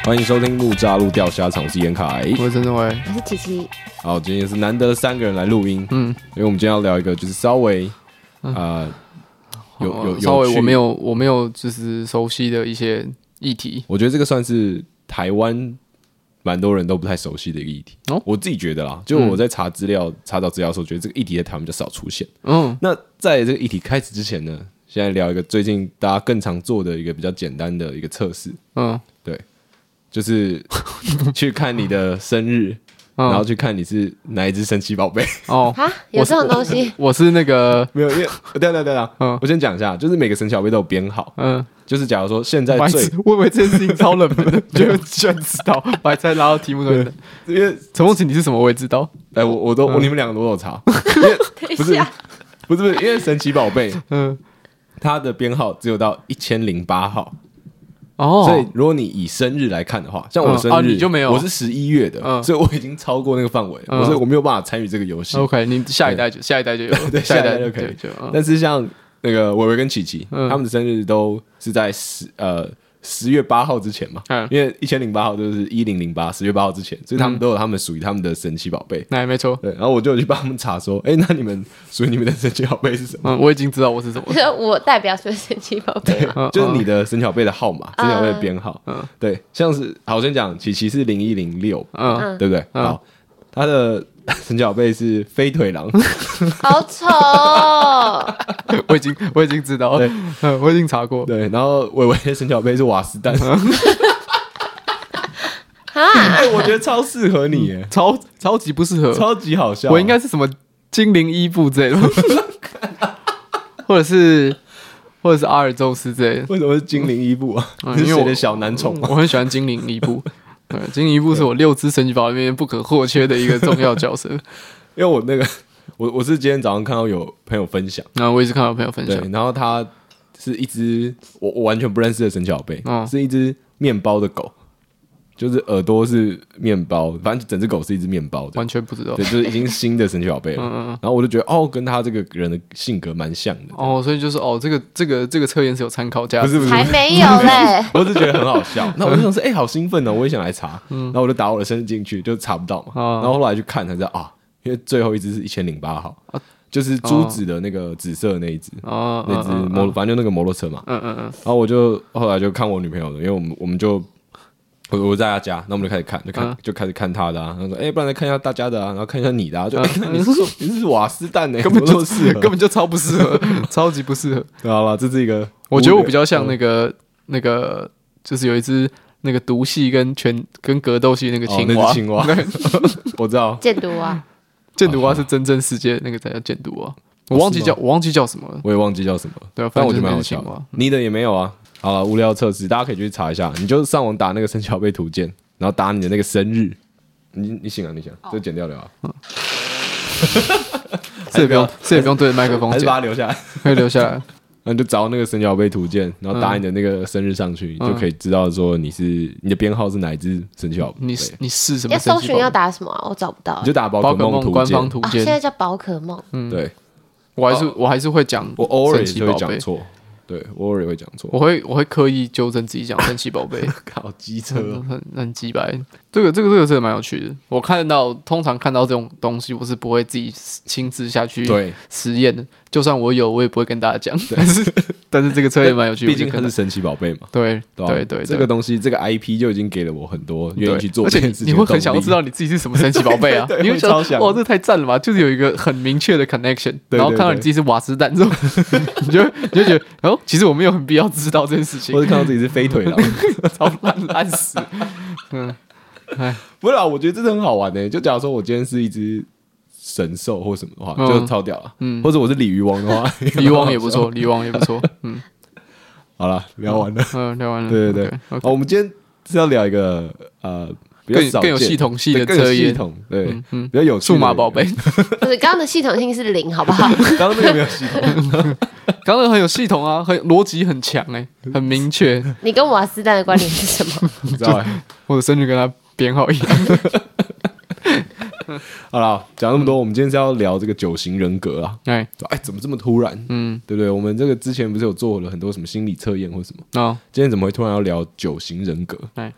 欢迎收听木栅路钓虾场，我是严凯， 我是陈正伟， 我是琪琪。 好，今天是难得3个人来录音，因为我们今天要聊一个就是稍微稍微我没有就是熟悉的一些议题， 我觉得这个算是台湾蛮多人都不太熟悉的一个议题。我自己觉得啦，就我在查资料、查找资料的时候，觉得这个议题在台湾比较少出现。那在这个议题开始之前呢，现在聊一个最近大家更常做的一个比较简单的一个测试。对，就是去看你的生日。然后去看你是哪一只神奇宝贝哦，有这种东西？ 我是那个没有，因为对啊，我先讲一下，就是每个神奇宝贝都有编号，就是假如说现在最， 我以为这件事情超冷门的，就很喜欢知道，我还在拉到题目上面，因为陈梦琪你是什么我也知道， 我你们两个都有查，不是，因为神奇宝贝，它的编号只有到1008号。所以如果你以生日来看的话，像我的生日， 你就没有， 我是11月的，所以我已经超过那个范围了，所以我没有办法参与这个游戏。 OK， 你下一代就有， 对，下一代就可以。但是像那个伟伟跟琪琪，他们的生日都是在10月8号之前嘛，因为1008号就是1008，10月8号之前，所以他们都有他们属于他们的神奇宝贝。 没错。 对，然后我就有去帮他们查说，那你们属于你们的神奇宝贝是什么？ 我已经知道我是什么。 我代表是神奇宝贝嘛， 就是你的神奇宝贝的号码，神奇宝贝的编号。对，像是好，我先讲，琪琪是0106，对不对？好，他的神奇宝贝是飞腿狼， 好丑哦！ 我已经知道，我已经查过。 对，然后伟伟的神奇宝贝是瓦斯蛋，我觉得超适合你耶， 超级不适合， 超级好笑。 我应该是什么精灵伊布之类的，或者是阿尔宙斯之类的。 为什么是精灵伊布啊？是谁的小男宠吗？ 我很喜欢精灵伊布。对，精灵伊布是我6只神奇宝贝里面不可或缺的一个重要角色。 因为我那个我是今天早上看到有朋友分享， 我也是看到朋友分享， 对，然后他是一只我完全不认识的神奇宝贝，是一只面包的狗，就是耳朵是面包，反正整只狗是一只面包的， 完全不知道， 对，就是已经新的神奇宝贝了。然后我就觉得跟他这个人的性格蛮像的。 所以就是这个测验是有参考价值， 不是还没有嘞。 我是觉得很好笑，那我就想说，好兴奋哦，我也想来查。然后我就打我的生日进去，就查不到嘛。然后后来去看才知道因为最后一只是1008号，就是珠子的那个紫色的那一只，那只反正就那个摩托车嘛。然后我就后来就看我女朋友的，因为我们就。我在他家，那我们就开始看，就开始看他的啊。他说：“不然来看一下大家的啊，然后看一下你的啊。”就你是瓦斯蛋呢，根本就超不适合，超级不适合。 对，好吧，这是一个。 我觉得我比较像那个，就是有一只那个毒系跟格斗系那个青蛙。 那是青蛙，我知道。 箭毒蛙， 箭毒蛙是真正世界那个才叫箭毒蛙。我忘记叫什么了， 我也忘记叫什么了。 对， 反正我觉得蛮好笑的。你的也没有啊。好了，无聊测试，大家可以去查一下。你就上网打那个神奇宝贝图鉴，然后打你的那个生日。你醒啊，这剪掉了啊。这也不用对着麦克风讲，还是把它留下来， 可以留下来。 那你就找那个神奇宝贝图鉴，然后打你的那个生日上去，就可以知道说你的编号是哪一只神奇宝贝。 你是什么？ 要搜寻要打什么啊？我找不到。 你就打宝可梦官方图鉴， 现在叫宝可梦。 对， 我还是会讲， 我偶尔也会讲错。对，我偶尔也会讲错， 我会刻意纠正自己讲神奇宝贝， 靠机车， 很鸡掰。这个真的蛮有趣的。我通常看到这种东西，我是不会自己亲自下去实验的。就算我有，我也不会跟大家讲。但是这个测验蛮有趣的， 毕竟它是神奇宝贝嘛。 对， 这个东西，这个 IP 就已经给了我很多愿意去做这件事情。 你会很想要知道你自己是什么神奇宝贝啊？你会超想， 哇，这太赞了吧！就是有一个很明确的 connection， 然后看到你自己是瓦斯蛋之后，你就觉得其实我没有很必要知道这件事情。 或者看到自己是飞腿狼， 超烂死。 不是啊，我觉得真的很好玩呢。就假如说我今天是一只神兽或什么的话，就超屌了。或者我是鲤鱼王的话， 鲤鱼王也不错，鲤鱼王也不错。 好了，聊完了。 聊完了。 对。好，我们今天是要聊一个比较更有系统性的测验， 对，比较有数码宝贝。 不是，刚刚的系统性是0，好不好？ 刚刚那个没有系统， 刚刚那个很有系统啊，逻辑很强很明确。 你跟瓦斯蛋的关联是什么？ 不知道我的生日跟他编号一样。 好了，讲那么多，我们今天是要聊这个9型人格啊。怎么这么突然？对不对？我们这个之前不是有做了很多什么心理测验或什么？今天怎么会突然要聊9型人格？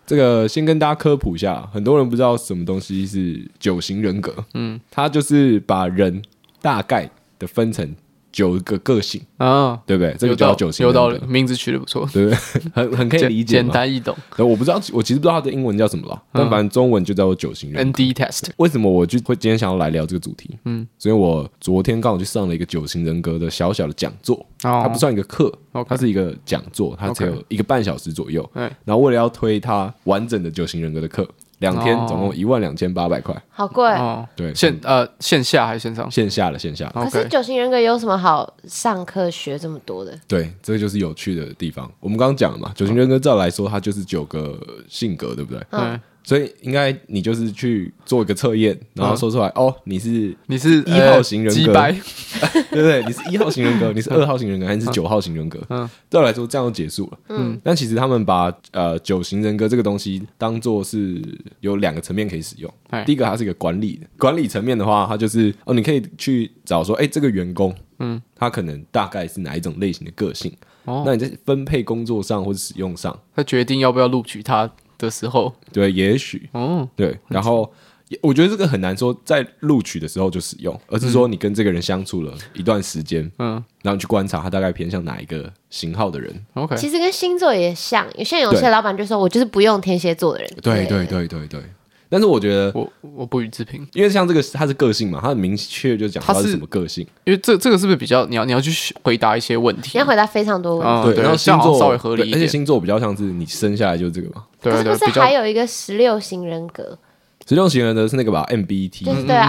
这个先跟大家科普一下，很多人不知道什么东西是9型人格。它就是把人大概的分成9个个性啊，对不对？这个叫9型人格， 有道理，名字取得不错， 对不对？很可以理解， 简单易懂。 我不知道，我其实不知道它的英文叫什么了，但反正中文就叫做9型人格。 ND test。为什么我就会今天想要来聊这个主题？所以我昨天刚好去上了一个9型人格的小小的讲座，它不算一个课，它是一个讲座，它只有1个半小时左右。然后为了要推它完整的9型人格的课。2天总共12800块， 好贵哦。 对， 线下还是线上？ 线下的线下。 可是9型人格有什么好上课学这么多的？ 对，这个就是有趣的地方。我们刚刚讲了嘛，9型人格照来说，它就是9个性格，对不对？所以应该你就是去做一个测验，然后说出来哦，你是1号型人格，对不对？你是1号型人格，你是2号型人格，还是9号型人格？对我来说这样就结束了。但其实他们把9型人格这个东西当做是有2个层面可以使用。第一个它是一个管理层面的话，它就是你可以去找说，这个员工，他可能大概是哪一种类型的个性。那你在分配工作上或者使用上， 他决定要不要录取他的时候， 对，也许，对，然后我觉得这个很难说在录取的时候就使用，而是说你跟这个人相处了一段时间，然后你去观察他大概偏向哪一个型号的人。 OK， 其实跟星座也像，有些老板就说我就是不用天蝎座的人。 对。但是我觉得我不予置评， 因为像这个他是个性嘛，他很明确就讲他是什么个性。 因为这个是不是比较你要去回答一些问题？ 你要回答非常多问题。 对，然后星座稍微合理一点， 而且星座比较像是你生下来就是这个嘛。 对，是不是还有一个16型人格 ？16型人格是那个吧 ？MBT， 就是对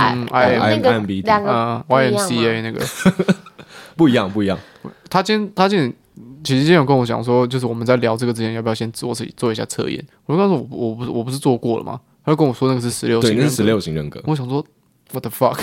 ，IMBT， 2个 YMCA 那个不一样。 他今天其实今天有跟我讲说，就是我们在聊这个之前，要不要先做一下测验？我就跟他说我不是做过了吗？他就跟我说那个是16型人格， 对，那是16型人格。 我想说 ，what the fuck？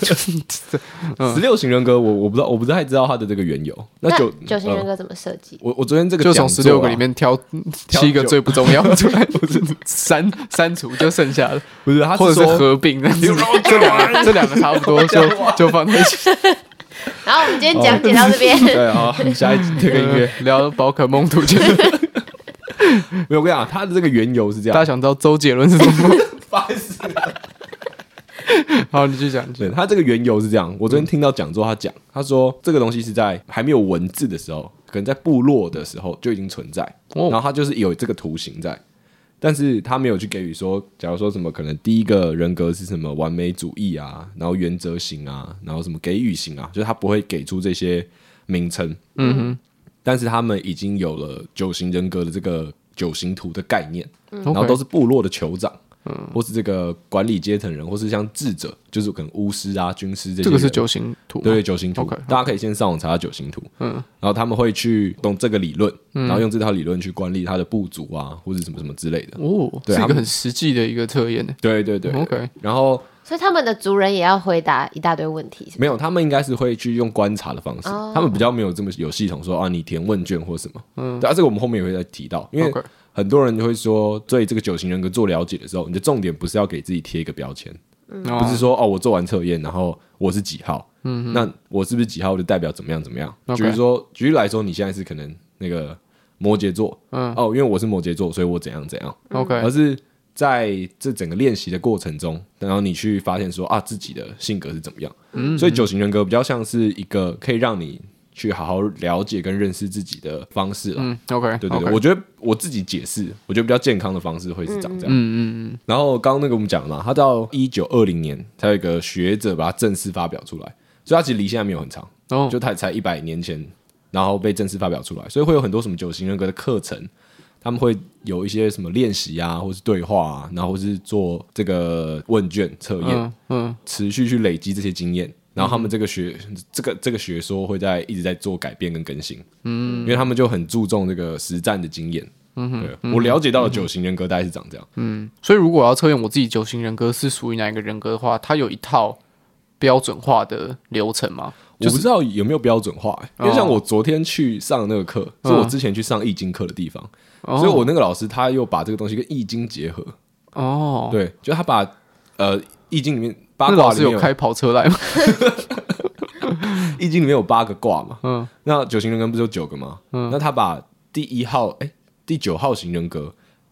16型人格我不太知道它的这个缘由。 那9型人格怎么设计？ 我昨天这个就从16个里面挑7个最不重要出来，不是删除就剩下了， 不是， 或者是合并，这两个差不多就放在一起。 然后我们今天讲解到这边， 对，好，下一集这个音乐聊宝可梦图鉴。 没有，我跟你讲，他的这个缘由是这样。 大家想知道周杰伦是什么？ 烦死了。 好，你继续讲。 对，他这个缘由是这样。我昨天听到讲座，他说这个东西是在还没有文字的时候，可能在部落的时候就已经存在，然后他就是有这个图形在，但是他没有去给予说，假如说什么可能第一个人格是什么完美主义啊，然后原则型啊，然后什么给予型啊，就是他不会给出这些名称。但是他们已经有了9型人格的这个9型图的概念，然后都是部落的酋长，或是这个管理阶层人，或是像智者，就是可能巫师啊、军师这些人。 这个是9型图， 对，9型图。大家可以先上网查9型图，然后他们会去懂这个理论，然后用这套理论去管理他的部族啊，或者什么什么之类的。 对，是一个很实际的一个测验。 对。 OK， 然后。 所以他们的族人也要回答一大堆问题，是不是？ 没有，他们应该是会去用观察的方式，他们比较没有这么有系统说啊，你填问卷或什么。对啊，这个我们后面也会再提到，因为很多人就会说，对这个9型人格做了解的时候，你的重点不是要给自己贴一个标签，不是说我做完测验，然后我是几号，那我是不是几号就代表怎么样？举例来说，你现在是可能那个摩羯座，因为我是摩羯座，所以我怎样，而是。在这整个练习的过程中，然后你去发现说自己的性格是怎么样，所以9型人格比较像是一个可以让你去好好了解跟认识自己的方式了。 OK， 对，我觉得我自己解释，我觉得比较健康的方式会是长这样。然后刚刚那个我们讲了嘛，他到1920年才有一个学者把它正式发表出来，所以他其实离现在没有很长，就他才100年前，然后被正式发表出来，所以会有很多什么9型人格的课程。他们会有一些什么练习啊，或是对话啊，然后或是做这个问卷测验，持续去累积这些经验，然后他们这个学说会一直在做改变跟更新，因为他们就很注重这个实战的经验。对，我了解到的9型人格大概是长这样。 所以如果我要测验我自己9型人格是属于哪一个人格的话，它有一套标准化的流程吗？ 我不知道有没有标准化，因为像我昨天去上那个课，是我之前去上易经课的地方，所以我那个老师他又把这个东西跟易经结合。对，就他把易经里面8卦里面，那老师有开跑车来吗？ 易经里面有8个卦嘛，那9型人格不是有9个吗？那他把第9号型人格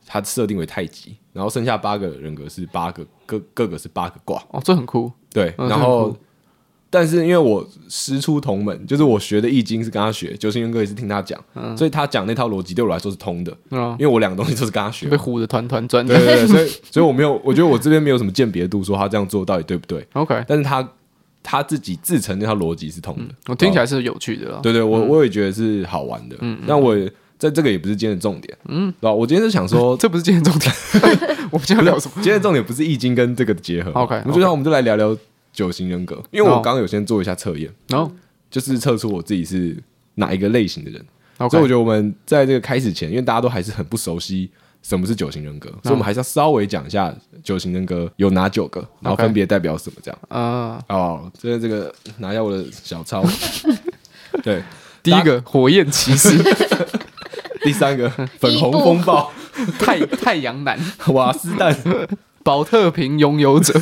它设定为太极，然后剩下8个人格是8个，各个是8个卦。 哦，这很酷。 对，然后但是因为我师出同门，就是我学的易经是跟他学，九型人格也是听他讲，所以他讲那套逻辑对我来说是通的。因为我2个东西都是跟他学， 被唬得团团转。 对，所以我没有，我觉得我这边没有什么鉴别度，说他这样做到底对不对。 OK， 但是他自己自成那套逻辑是通的， 我听起来是有趣的啦。 对，我也觉得是好玩的。但我在这个也不是今天的重点，对吧？我今天是想说， 这不是今天的重点。我们今天聊什么？ 今天的重点不是易经跟这个的结合。 OK， 我觉得我们就来聊聊9型人格，因为我刚刚有先做一下测验，就是测出我自己是哪一个类型的人。所以我觉得我们在这个开始前，因为大家都还是很不熟悉什么是9型人格，所以我们还是要稍微讲一下9型人格有哪9个，然后分别代表什么这样。这个拿下我的小抄。对， 第一个火焰骑士， 第3个粉红风暴， 太阳男， 瓦斯蛋， 保特瓶拥有者。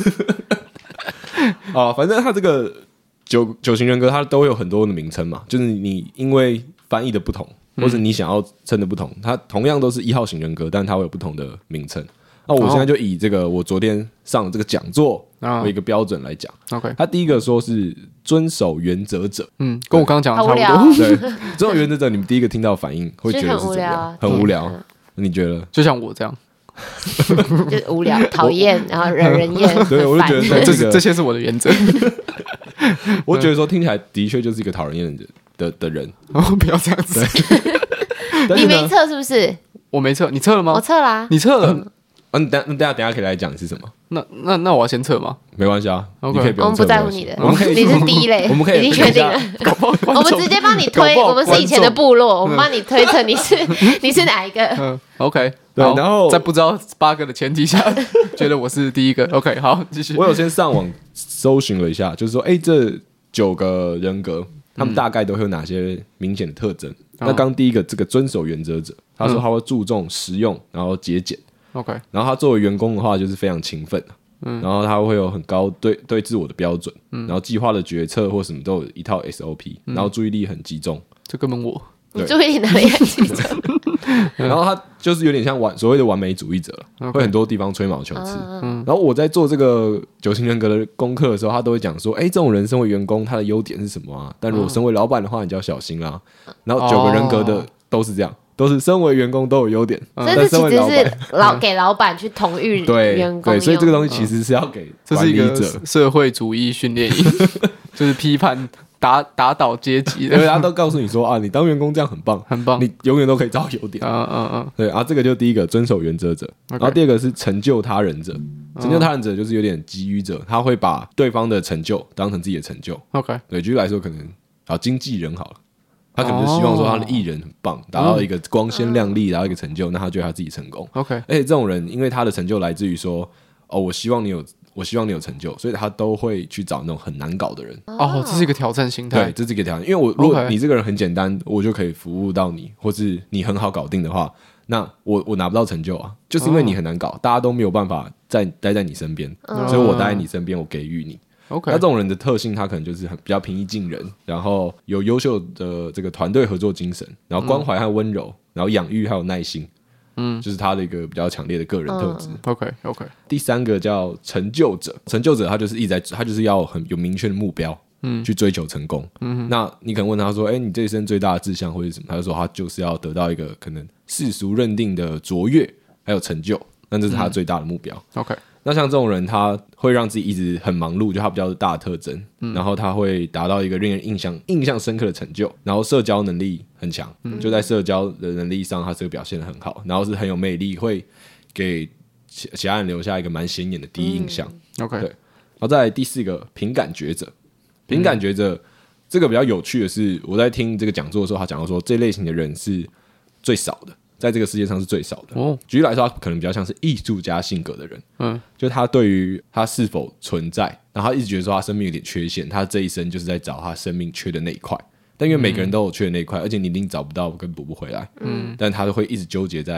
反正他这个九型人格，它都会有很多的名称嘛，就是你因为翻译的不同，或者你想要称的不同，它同样都是1号型人格，但它会有不同的名称。那我现在就以这个我昨天上的这个讲座为一个标准来讲。 OK， 他第一个说是遵守原则者， 跟我刚刚讲的差不多。 对，遵守原则者，你们第一个听到的反应会觉得是怎么样？很无聊。你觉得？ 就像我这样。 就是无聊、讨厌，然后惹人厌。 对，我就觉得这些是我的原则。 我觉得说听起来的确就是一个讨人厌的人。 不要这样子。 你没测是不是？ 我没测，你测了吗？ 我测啦。 你测了？ 等下可以来讲是什么？ 那我要先测吗？ 没关系啊，你可以不用测。 我们不在乎你的， 我们可以， 你是第一类， 我们可以已经确定了。我们直接帮你推，我们是以前的部落，我们帮你推测你是哪一个。 OK， 对，然后在不知道8个的前提下，觉得我是第一个。OK， 好，继续。 我有先上网搜寻了一下，就是说，这9个人格，他们大概都会有哪些明显的特征？那刚第一个这个遵守原则者，他说他会注重实用，然后节俭。 OK， 然后他作为员工的话，就是非常勤奋，然后他会有很高对自我的标准，然后计划的决策或什么都有一套 SOP，然后注意力很集中。 这根本我， 你注意力哪里很集中？ 然后他就是有点像所谓的完美主义者了，会很多地方吹毛求疵。然后我在做这个9型人格的功课的时候，他都会讲说，这种人身为员工，他的优点是什么啊？但如果身为老板的话，你就要小心啦。然后9个人格的都是这样。都是身为员工都有优点， 所以这其实是给老板去统御员工。 对，所以这个东西其实是要给管理者。 这是一个社会主义训练营，就是批判打倒阶级的。 大家都告诉你说你当员工这样很棒， 很棒， 你永远都可以找优点。对这个就第一个遵守原则者，然后第二个是成就他人者。成就他人者就是有点给予者，他会把对方的成就当成自己的成就。 OK， 对，举例来说，可能经纪人好了。他可能就希望说他的艺人很棒，达到一个光鲜亮丽，达到一个成就，那他觉得他自己成功。 OK， 而且这种人，因为他的成就来自于说，我希望你有成就，所以他都会去找那种很难搞的人。 这是一个挑战心态。 对，这是一个挑战。因为如果你这个人很简单，我就可以服务到你，或是你很好搞定的话，那我拿不到成就啊，就是因为你很难搞，大家都没有办法待在你身边，所以我待在你身边，我给予你。 OK， 那这种人的特性，他可能就是比较平易近人，然后有优秀的这个团队合作精神，然后关怀和温柔，然后养育还有耐心，就是他的一个比较强烈的个人特质。 OK， 第3个叫成就者，成就者他就是他就是要很有明确的目标，去追求成功。那你可能问他说，你这一生最大的志向会是什么？他就说他就是要得到一个可能世俗认定的卓越还有成就，那这是他最大的目标。 OK。 那像这种人，他会让自己一直很忙碌，就他比较大的特征，然后他会达到一个令人印象深刻的成就，然后社交能力很强，就在社交的能力上，他这个表现得很好，然后是很有魅力，会给其他人留下一个蛮显眼的第一印象。 OK， 对，然后再来第4个凭感觉者，凭感觉者这个比较有趣的是，我在听这个讲座的时候，他讲到说这类型的人是最少的。在这个世界上是最少的。举例来说，他可能比较像是艺术家性格的人，就他对于他是否存在，然后他一直觉得说他生命有点缺陷，他这一生就是在找他生命缺的那一块。但因为每个人都有缺的那一块，而且你一定找不到跟补不回来，但他会一直纠结在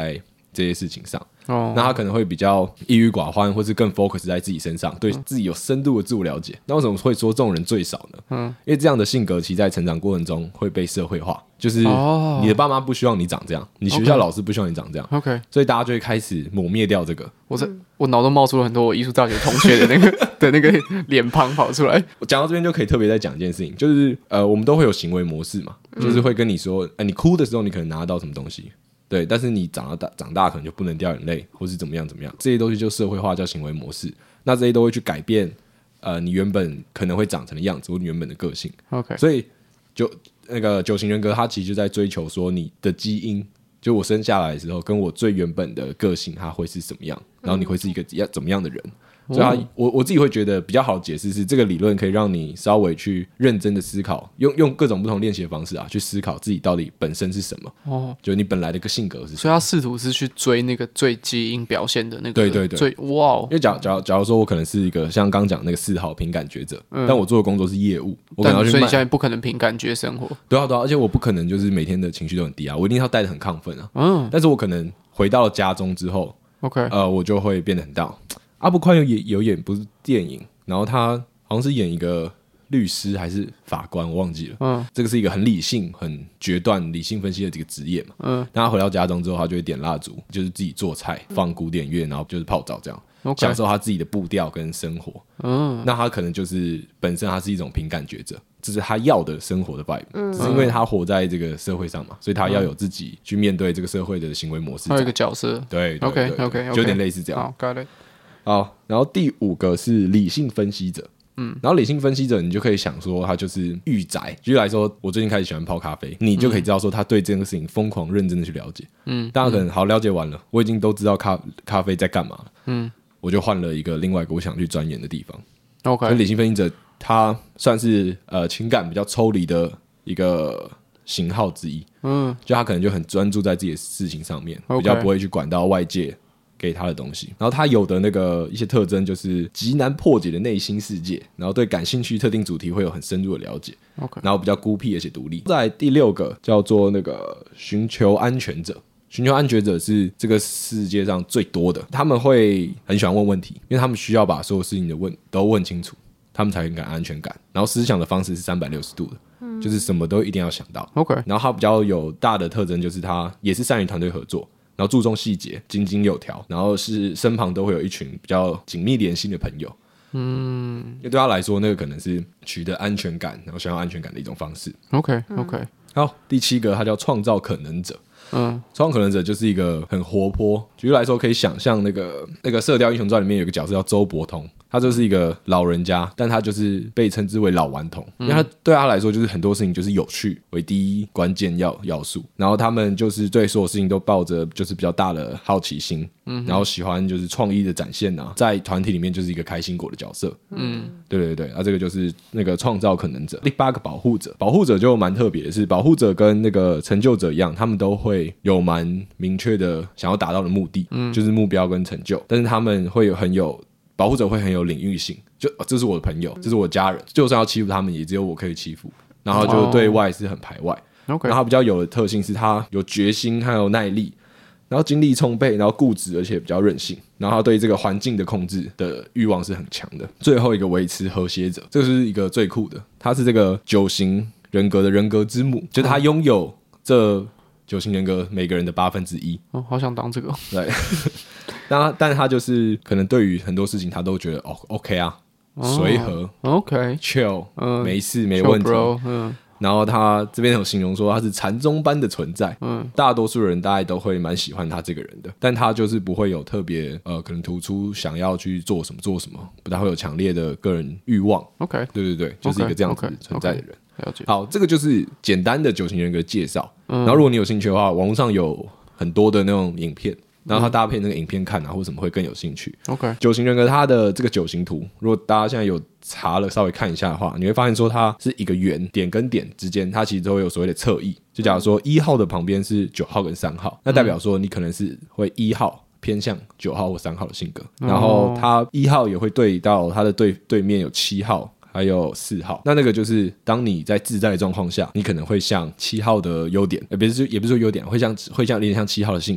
这些事情上。那他可能会比较抑郁寡欢，或是更 focus 在自己身上，对自己有深度的自我了解。那为什么会说这种人最少呢？因为这样的性格其实在成长过程中会被社会化，就是你的爸妈不希望你长这样，你学校老师不希望你长这样， OK， 所以大家就会开始抹灭掉这个。 我脑中冒出了很多我艺术大学同学的那个脸庞跑出来。 我讲到这边就可以特别再讲一件事情，就是我们都会有行为模式嘛，就是会跟你说，你哭的时候你可能拿得到什么东西。对，但是你长大可能就不能掉眼泪，或是怎么样，这些东西就社会化叫行为模式。那这些都会去改变你原本可能会长成的样子，或你原本的个性。 OK， 所以那个9型人格，它其实就在追求说你的基因，就我生下来的时候，跟我最原本的个性，它会是什么样，然后你会是一个怎么样的人。所以我自己会觉得比较好的解释是，这个理论可以让你稍微去认真的思考，用各种不同练习的方式去思考自己到底本身是什么。就你本来的一个性格是什么。 所以他试图是去追那个最基因表现的那个。 对， 最哇。 因为假如说我可能是一个像刚讲那个4号凭感觉者，但我做的工作是业务，我可能要去卖。 所以你现在不可能凭感觉生活。 对啊，而且我不可能就是每天的情绪都很低啊，我一定要带得很亢奋啊。但是我可能回到了家中之后 ，OK， 我就会变得很down。阿布宽有演不是电影，然后他好像是演一个律师还是法官，我忘记了。这个是一个很理性、很决断、理性分析的这个职业嘛。但他回到家中之后，他就会点蜡烛，就是自己做菜，放古典乐，然后就是泡澡这样，享受他自己的步调跟生活。那他可能就是本身他是一种凭感觉者，这是他要的生活的 vibe。只是因为他活在这个社会上嘛，所以他要有自己去面对这个社会的行为模式。 还有一个角色。 对 ，OK， 就有点类似这样。 好 ，got it。 好，然后第5个是理性分析者。然后理性分析者，你就可以想说他就是御宅。举例来说，我最近开始喜欢泡咖啡，你就可以知道说他对这件事情疯狂认真的去了解。大家可能好了解完了，我已经都知道咖啡在干嘛了。我就换了另外一个我想去钻研的地方。 OK， 所以理性分析者他算是情感比较抽离的一个型号之一。就他可能就很专注在自己的事情上面，比较不会去管到外界给他的东西。然后他有的那个一些特征就是极难破解的内心世界，然后对感兴趣特定主题会有很深入的了解。然后比较孤僻而且独立。再来第6个叫做那个寻求安全者。寻求安全者是这个世界上最多的，他们会很喜欢问问题，因为他们需要把所有事情都问清楚，他们才很感安全感。然后思想的方式是360度的，就是什么都一定要想到。然后他比较有大的特征就是他也是善于团队合作，然后注重细节，井井有条，然后是身旁都会有一群比较紧密联心的朋友。因为对他来说，那个可能是取得安全感，然后想要安全感的一种方式。 OK， 好，第7个他叫创造可能者。创造可能者就是一个很活泼。举例来说，可以想象那个《射雕英雄传》里面有一个角色叫周伯通，他就是一个老人家，但他就是被称之为老顽童，因为他对他来说就是很多事情就是有趣为第一关键要素，然后他们就是对所有事情都抱着就是比较大的好奇心，然后喜欢就是创意的展现啊，在团体里面就是一个开心果的角色。对，这个就是那个创造可能者。第8个保护者。保护者就蛮特别的是，保护者跟那个成就者一样，他们都会有蛮明确的想要达到的目的，就是目标跟成就，但是他们会保护者会很有领域性，就这是我的朋友，这是我的家人，就算要欺负他们也只有我可以欺负，然后就对外是很排外。然后他比较有的特性是他有决心还有耐力，然后精力充沛，然后固执而且比较任性，然后他对这个环境的控制的欲望是很强的。最后一个维持和谐者，这是一个最酷的，他是这个9型人格的人格之母，就是他拥有这9型人格每个人的1/8。 好想当这个。 对，但他就是可能对于很多事情他都觉得OK 啊，随和 OK chill，没事没问题。然后他这边有形容说他是禅宗般的存在，大多数人大概都会蛮喜欢他这个人的，但他就是不会有特别可能突出想要去做什么，不太会有强烈的个人欲望。 OK， 对，就是一个这样子存在的人。 了解。 好，这个就是简单的9型人格介绍。然后如果你有兴趣的话，网络上有很多的那种影片，然后他搭配那个影片看啊，或什么会更有兴趣。9型人格它的这个9型图，如果大家现在有查了稍微看一下的话，你会发现说它是一个圆，点跟点之间它其实都会有所谓的侧翼。就假如说1号的旁边是9号跟3号，那代表说你可能是会1号偏向9号或3号的性格，然后他1号也会对到他的对面有7号还有4号，那个就是当你在自在的状况下，你可能会像7号的优点，也不是说优点，会像有点像7号的性格，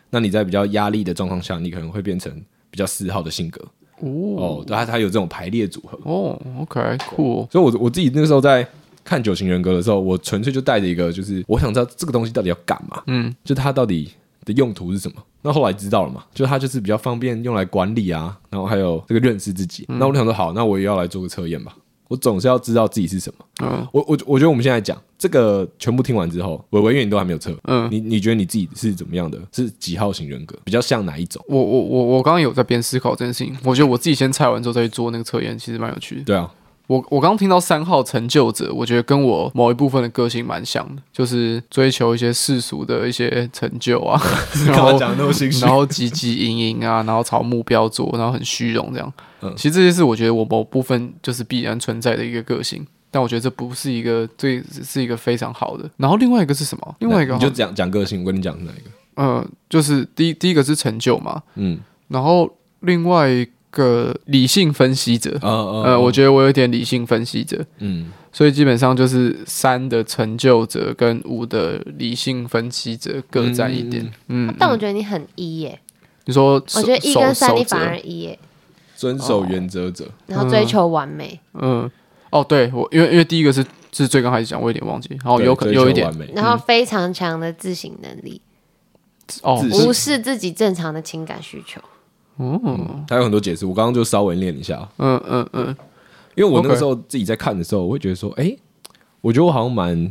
那你在比较压力的状况下，你可能会变成比较4号的性格。对，它有这种排列组合。 OK， 酷。 所以我自己那个时候在看9型人格的时候，我纯粹就带着一个，就是我想知道这个东西到底要干嘛，就它到底的用途是什么。那后来知道了嘛，就它就是比较方便用来管理啊，然后还有这个认识自己。那我就想说，好，那我也要来做个测验吧。我总是要知道自己是什么。我觉得我们现在讲这个全部听完之后，我因为你都还没有测，你觉得你自己是怎么样的？是几号型人格？比较像哪一种？ 我刚刚有在边思考这件事情，我觉得我自己先猜完之后再去做那个测验，其实蛮有趣的。 对啊。 我刚刚听到3号成就者，我觉得跟我某一部分的个性蛮像的，就是追求一些世俗的一些成就啊，然后讲那么心虚，然后汲汲营营啊，然后朝目标做，然后很虚荣这样。其实这些是我觉得我某部分就是必然存在的一个个性，但我觉得这不是一个，这是一个非常好的。然后另外一个是什么？另外一个你就讲个性，我跟你讲是哪一个？ 就是第一个是成就嘛，然后另外一个理性分析者，我觉得我有点理性分析者，所以基本上就是3的成就者跟5的理性分析者各占一点， 但我觉得你很E耶， 你说我觉得1跟3你反而E耶， 遵守原则者， 然后追求完美， 对，我因为第一个是最刚开始讲，我有点忘记，然后有一点， 然后非常强的自省能力，无视自己正常的情感需求。 它有很多解释，我刚刚就稍微练一下。因为我那个时候自己在看的时候，我会觉得说，我觉得我好像蛮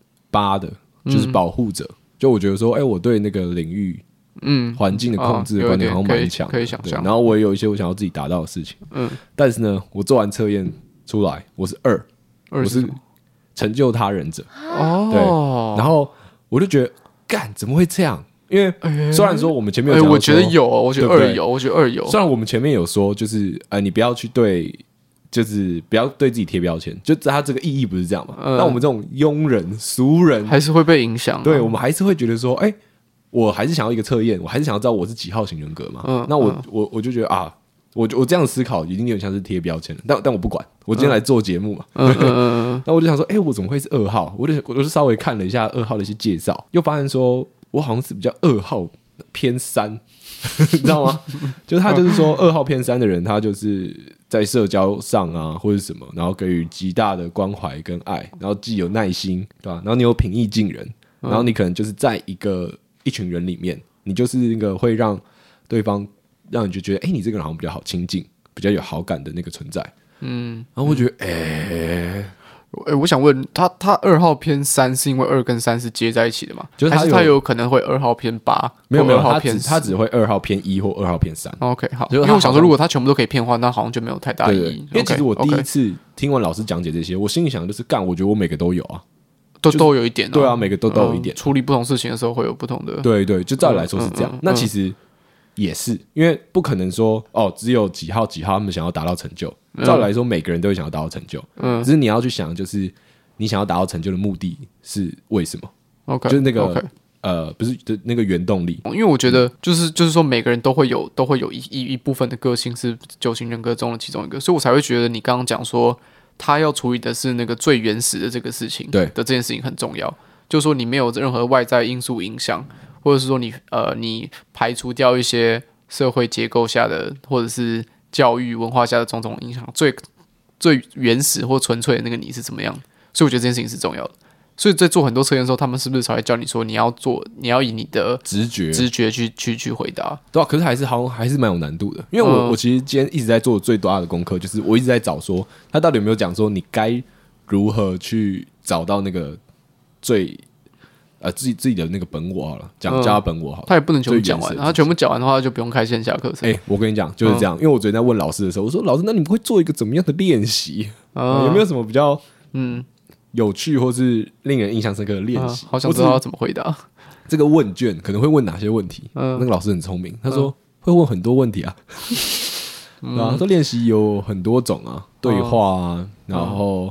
8的，就是保护者。就我觉得说，我对那个领域，环境的控制的观念好像蛮强， 可以想象。 然后我也有一些我想要自己达到的事情，但是呢，我做完测验出来，我是2，我是成就他人者。对，然后我就觉得，干怎么会这样？因为虽然说我们前面有讲到， 我觉得有，我觉得2有，我觉得2有。 虽然我们前面有说，就是你不要去对，就是不要对自己贴标签，就它这个意义不是这样嘛。那我们这种庸人俗人还是会被影响。 对，我们还是会觉得说，我还是想要一个测验，我还是想要知道我是几号型人格嘛。那我就觉得我这样思考已经有点像是贴标签了，但我不管，我今天来做节目嘛。那我就想说，我怎么会是2号？我就稍微看了一下2号的一些介绍，又发现说，我好像是比较2号偏3，你知道吗？就是他就是说2号偏3的人，他就是在社交上啊或者什么，然后给予极大的关怀跟爱，然后既有耐心，对吧？然后你有平易近人，然后你可能就是在一群人里面，你就是那个会让对方让你就觉得，你这个人好像比较好亲近，比较有好感的那个存在。然后我觉得， 我想问他2号偏3是因为2跟3是接在一起的吗？就是还是他有可能会2号偏8？ 没有，他只会2号偏1或2号偏3。 OK， 好，因为我想说，如果他全部都可以骗换，那好像就没有太大意义。 因为其实我第一次听完老师讲解这些，我心里想的就是干，我觉得我每个都有啊， 都有一点。 对啊，每个都有一点。 处理不同事情的时候会有不同的。 对，就照理来说是这样。那其实也是，因为不可能说只有几号他们想要达到成就。照理来说，每个人都会想要达到成就。只是你要去想，就是你想要达到成就的目的是为什么 ？OK， 就是那个不是的那个原动力。 因为我觉得就是说，每个人都会有一部分的个性是9型人格中的其中一个，所以我才会觉得你刚刚讲说他要处理的是那个最原始的这个事情， 对的这件事情很重要。就是说你没有任何外在因素影响，或者是说你排除掉一些社会结构下的或者是教育文化下的种种影响，最原始或纯粹的那个你是怎么样？所以我觉得这件事情是重要的。所以在做很多测验的时候，他们是不是才会教你说你要以你的直觉去回答？ 对啊，可是还是蛮有难度的，因为我其实今天一直在做最大的功课，就是我一直在找说他到底有没有讲说你该如何去找到那个最自己的那个本我好了，叫他本我好了， 他也不能全部讲完，他全部讲完的话就不用开线下课程。 我跟你讲就是这样，因为我昨天在问老师的时候，我说老师，那你们会做一个怎么样的练习？有没有什么比较有趣或是令人印象深刻的练习？ 好想知道要怎么回答。 这个问卷可能会问哪些问题？那个老师很聪明，他说会问很多问题啊。他说练习有很多种啊，对话啊，然后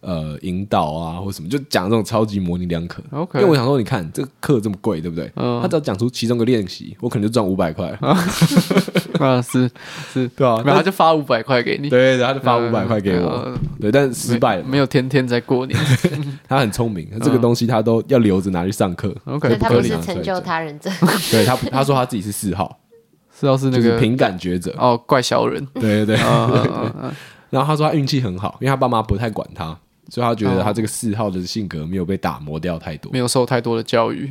引导啊或什么，就讲这种超级模棱两可。 OK， 因为我想说，你看这个课这么贵，对不对？他只要讲出其中一个练习，我可能就赚500块。 是， 对啊， 他就发500块给你。 对，他就发500块给我。对，但失败了， 没有天天在过年。 他很聪明，这个东西他都要留着拿去上课。 OK， 他不是成就他人证。 对他说他自己是4号 ，4号是那个凭感觉者哦，怪小人。 对。然后他说他运气很好，因为他爸妈不太管他。所以他觉得他这个4号的性格没有被打磨掉太多， 没有受太多的教育。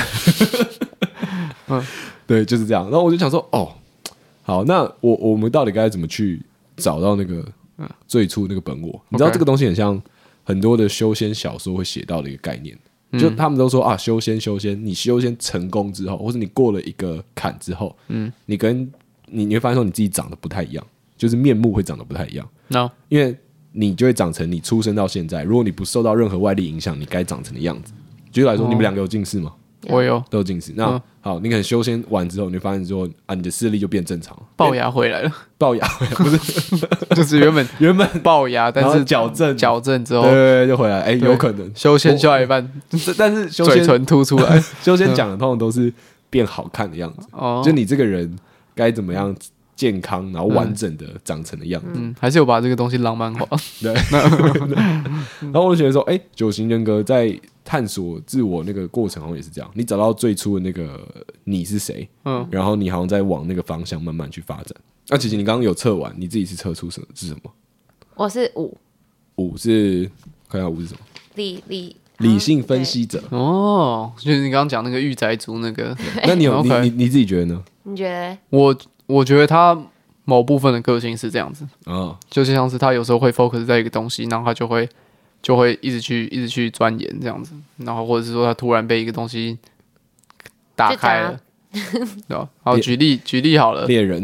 对，就是这样。然后我就想说，哦，好，那我们到底该怎么去找到那个最初那个本我？你知道这个东西很像很多的修仙小说会写到的一个概念，就他们都说啊，修仙，你修仙成功之后，或者你过了一个坎之后，你会发现说你自己长得不太一样，就是面目会长得不太一样。因为你就会长成你出生到现在，如果你不受到任何外力影响，你该长成的样子。举例来说，你们2个有近视吗？ 我有， 都有近视。那好，你可能修仙完之后，你会发现说啊，你的视力就变正常了， 龅牙回来了， 龅牙不是， 就是原本龅牙，但是矫正之后， 对，就回来。有可能修仙修到一半， 但是嘴唇凸出来， 修仙讲的通常都是变好看的样子，就你这个人该怎么样健康，然后完整的长成的样子， 还是有把这个东西浪漫化。 对，然后我就觉得说，9型人格在探索自我那个过程好像也是这样，你找到最初的那个你是谁，然后你好像在往那个方向慢慢去发展。那其实你刚刚有测完，你自己是测出什么？ 我是5 是看一下5是什么？理性分析者。 就是你刚刚讲那个御宅族那个。 那你你自己觉得呢？ 你觉得？ 我觉得他某部分的个性是这样子，就像是他有时候会 focus 在一个东西，然后他就会一直去钻研这样子，然后或者是说他突然被一个东西打开了，对吧？好，举例好了， 猎人，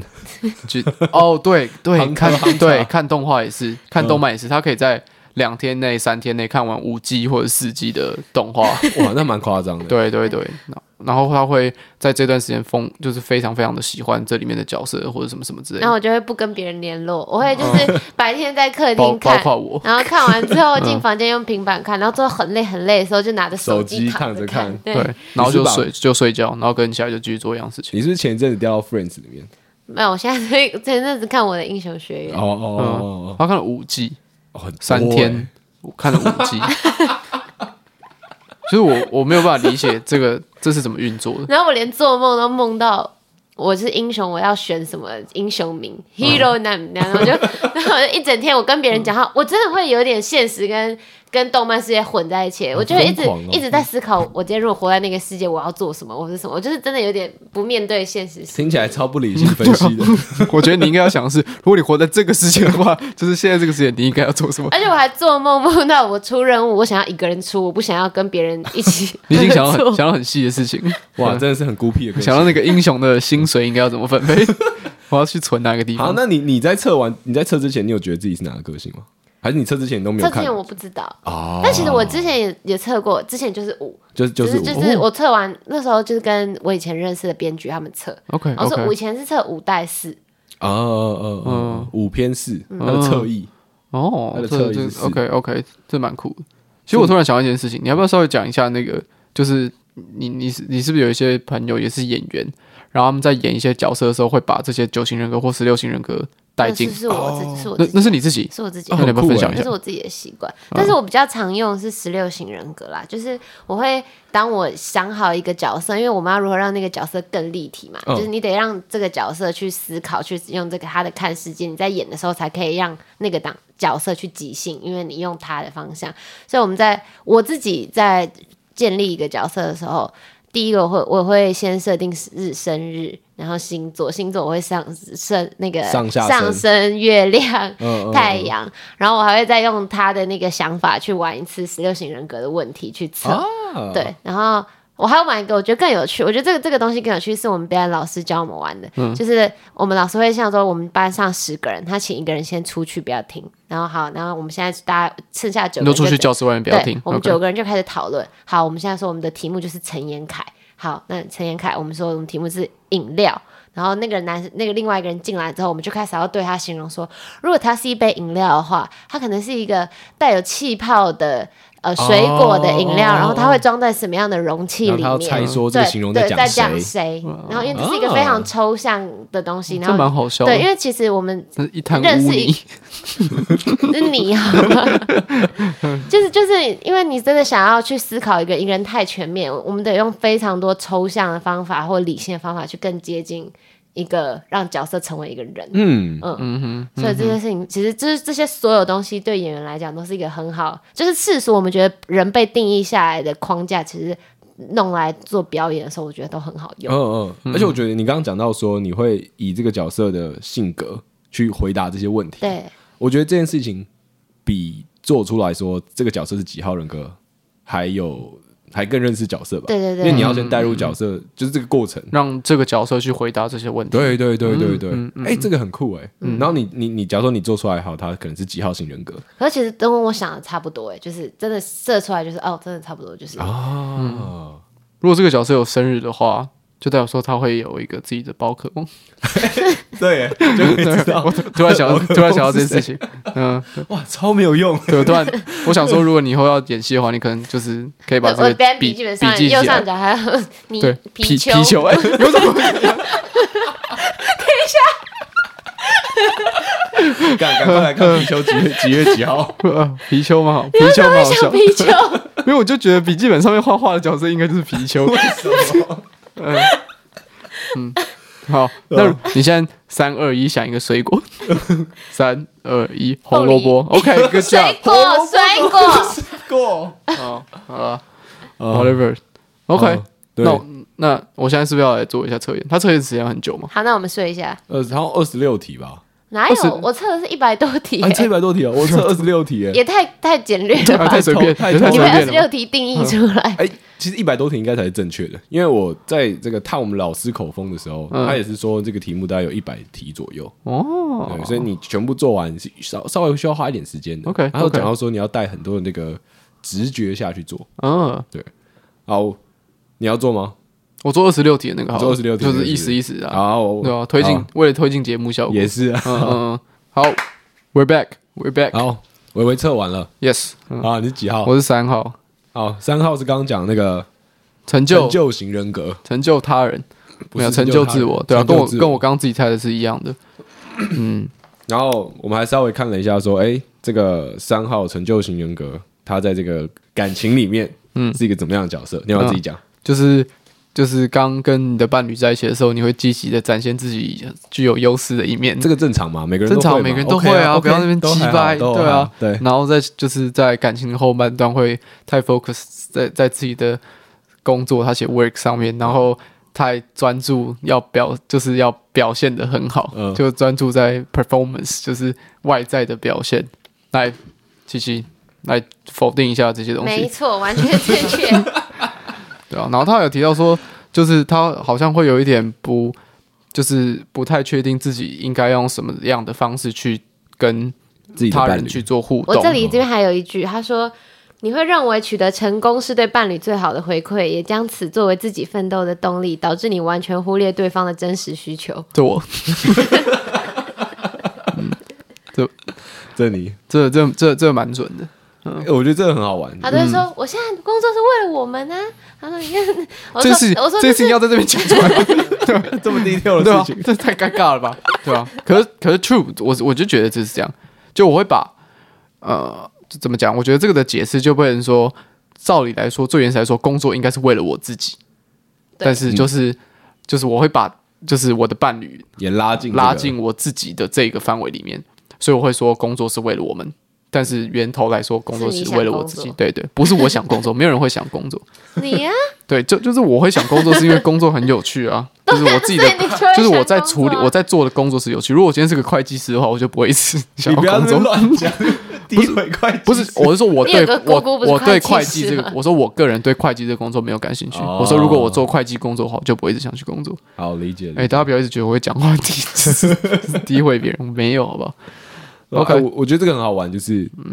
对，看动画也是，看动漫也是，他可以在2天内、3天内看完5季或者4季的动画， 哇，那蛮夸张的。 对，然后他会在这段时间就是非常非常的喜欢这里面的角色或者什么什么之类的。 然后我就会不跟别人联络，我会就是白天在客厅看， 包括我， 然后看完之后进房间用平板看，然后之后很累的时候就拿着手机躺着看，对， 然后就睡觉，然后跟起来就继续做一样事情。 你是不是前一阵子掉到 Friends 里面？ 没有，我现在前阵子看我的英雄学院。 他看了5季，3天我看了5季。就是我没有办法理解这是怎么运作的。 然后我连做梦都梦到我是英雄，我要选什么英雄名 ，hero name， 然后我就一整天我跟别人讲话，我真的会有点现实跟动漫世界混在一起，我就会一直在思考，我今天如果活在那个世界，我要做什么，我是什么，我就是真的有点不面对现实。 听起来超不理性分析的。 我觉得你应该要想的是，如果你活在这个世界的话，就是现在这个世界你应该要做什么。 而且我还做梦到我出任务，我想要一个人出，我不想要跟别人一起。 你已经想到很细的事情， 哇，真的是很孤僻的个性。 想到那个英雄的薪水应该要怎么分配，我要去存哪个地方。 好，那你在测之前，你有觉得自己是哪个个性吗？还是你测之前都没有看？ 测之前我不知道但其实我之前也测过，之前就是5，就是我测完那时候就是跟我以前认识的编剧他们测 ，OK， 然后我以前是测5带4 ，5偏4，它的侧翼它的侧翼是4 ，OK， 这蛮酷的。其实我突然想到一件事情，你要不要稍微讲一下那个，就是你是不是有一些朋友也是演员，然后他们在演一些角色的时候，会把这些9型人格或16型人格带进？ 是我自己， 那是你自己， 是我自己。 那你要不要分享一下？ 这是我自己的习惯，但是我比较常用的是16型人格啦，就是我会当我想好一个角色，因为我们要如何让那个角色更立体嘛，就是你得让这个角色去思考，去用这个他的看世界，你在演的时候才可以让那个角色去即兴，因为你用他的方向。所以我自己在建立一个角色的时候，第一个我会先设定生日，然后星座我会上升、月亮、太阳，然后我还会再用他的那个想法去玩一次16型人格的问题去测，对，然后我还要玩一个我觉得更有趣，我觉得这个东西更有趣，是我们表演老师教我们玩的，就是我们老师会像说我们班上10个人，他请一个人先出去不要听，然后我们现在大家剩下9个人都出去教室外面不要听， 我们9个人就开始讨论。好，我们现在说我们的题目就是陈延凯。 好，那陈彦凯，我们说我们题目是饮料。然后那个另外一个人进来之后，我们就开始要对他形容说，如果它是一杯饮料的话，它可能是一个带有气泡的水果的饮料，然后它会装在什么样的容器里面？ 然后他要猜说这个形容在讲谁？然后因为这是一个非常抽象的东西，然后这蛮好笑的。 对，因为其实我们一滩污泥， 是你好吗？就是因为你真的想要去思考一个人太全面，我们得用非常多抽象的方法或理性的方法去更接近一个让角色成为一个人。所以这些事情其实这些所有东西对演员来讲都是一个很好，就是世俗我们觉得人被定义下来的框架，其实弄来做表演的时候，我觉得都很好用。 而且我觉得你刚刚讲到说你会以这个角色的性格去回答这些问题， 对， 我觉得这件事情比做出来说这个角色是几号人格还更认识角色吧。 对， 因为你要先带入角色，就是这个过程， 让这个角色去回答这些问题。 对，这个很酷然后你假如说你做出来好，他可能是几号型人格， 可是其实都跟我想的差不多就是真的设出来就是真的差不多就是如果这个角色有生日的话，就代表说他会有一个自己的宝可梦。 对，就会知道。 我突然想到这件事情， 哇，超没有用。 对，我想说，如果你以后要演戏的话，你可能就是可以把这个笔记本上右上角还有你皮球，有什么？等一下，赶快来看皮球几月几号？ 皮球蛮好， 皮球蛮好笑。皮球， 因为我就觉得笔记本上面画的角色应该就是皮球。 为什么？ 好，那你现在3、2、1想一个水果。3、2、1，红萝卜。OK， 水果。 好了 ，whatever。OK，那我现在是不是要来做一下测验？它测验时间很久吗？ 好，那我们睡一下。 然后26题吧。 哪有？我测的是100多题。 测100多题我测26题也太简略了吧？ 太随便， 你们26题定义出来。 其实100多题应该才是正确的，因为我在这个探我们老师口风的时候，他也是说这个题目大概有100题左右对，所以你全部做完是稍微需要花一点时间的。 OK， 然后讲到说你要带很多的那个直觉下去做。对，好，你要做吗？ 我做26题的那个好， 做26题就是意思啊。 好， 对啊，为了推进节目效果也是啊。 好 ，We're back。 好，微测完了。 Yes。 你是几号？ 我是3号。 好，3号是刚刚讲那个成就型人格， 成就他人，没有成就自我。对啊，跟我刚刚自己猜的是一样的。 然后我们还稍微看了一下，说，这个3号成就型人格，他在这个感情里面，是一个怎么样的角色？你要不要自己讲？ 就是刚跟你的伴侣在一起的时候，你会积极的展现自己具有优势的一面。 这个正常吗？每个人正常，每个人都会啊，不要那边鸡掰，对啊， 对。 然后就是在感情的后半段会太 focus 在自己的工作，他写 work 上面，然后太专注就是要表现得很好，就专注在 performance， 就是外在的表现。来，琪琪来否定一下这些东西。 没错，完全正确。 对啊，然后他有提到说，就是他好像会有一点就是不太确定自己应该用什么样的方式去跟他人去做互动。 我这边还有一句，他说：“你会认为取得成功是对伴侣最好的回馈，也将此作为自己奋斗的动力，导致你完全忽略对方的真实需求。”这蛮准的。 我觉得这个很好玩。 他就会说：“我现在工作是为了我们啊。”他说：“你看， 这事情要在这边讲出来， 这么低调的事情， 这太尴尬了吧？对吧？可是 true， 我就觉得这是这样。就我会把怎么讲？我觉得这个的解释就被人说，照理来说，最原始来说，工作应该是为了我自己，但是就是我会把就是我的伴侣也拉进我自己的这个范围里面，所以我会说工作是为了我们。但是源头来说，工作是为了我自己，对，不是我想工作，没有人会想工作。 你啊？ 对，就是我会想工作，是因为工作很有趣啊，就是我自己的，就是我在处理我在做的工作是有趣。如果我今天是个会计师的话，我就不会一直想要工作。 乱讲，诋毁会计不是，我是说我对会计这个，我说我个人对会计这个工作没有感兴趣。我说如果我做会计工作的话，我就不会一直想去工作。 好理解。 大家不要一直觉得我会讲话诋毁别人，没有，好不好？ OK， 我觉得这个很好玩，就是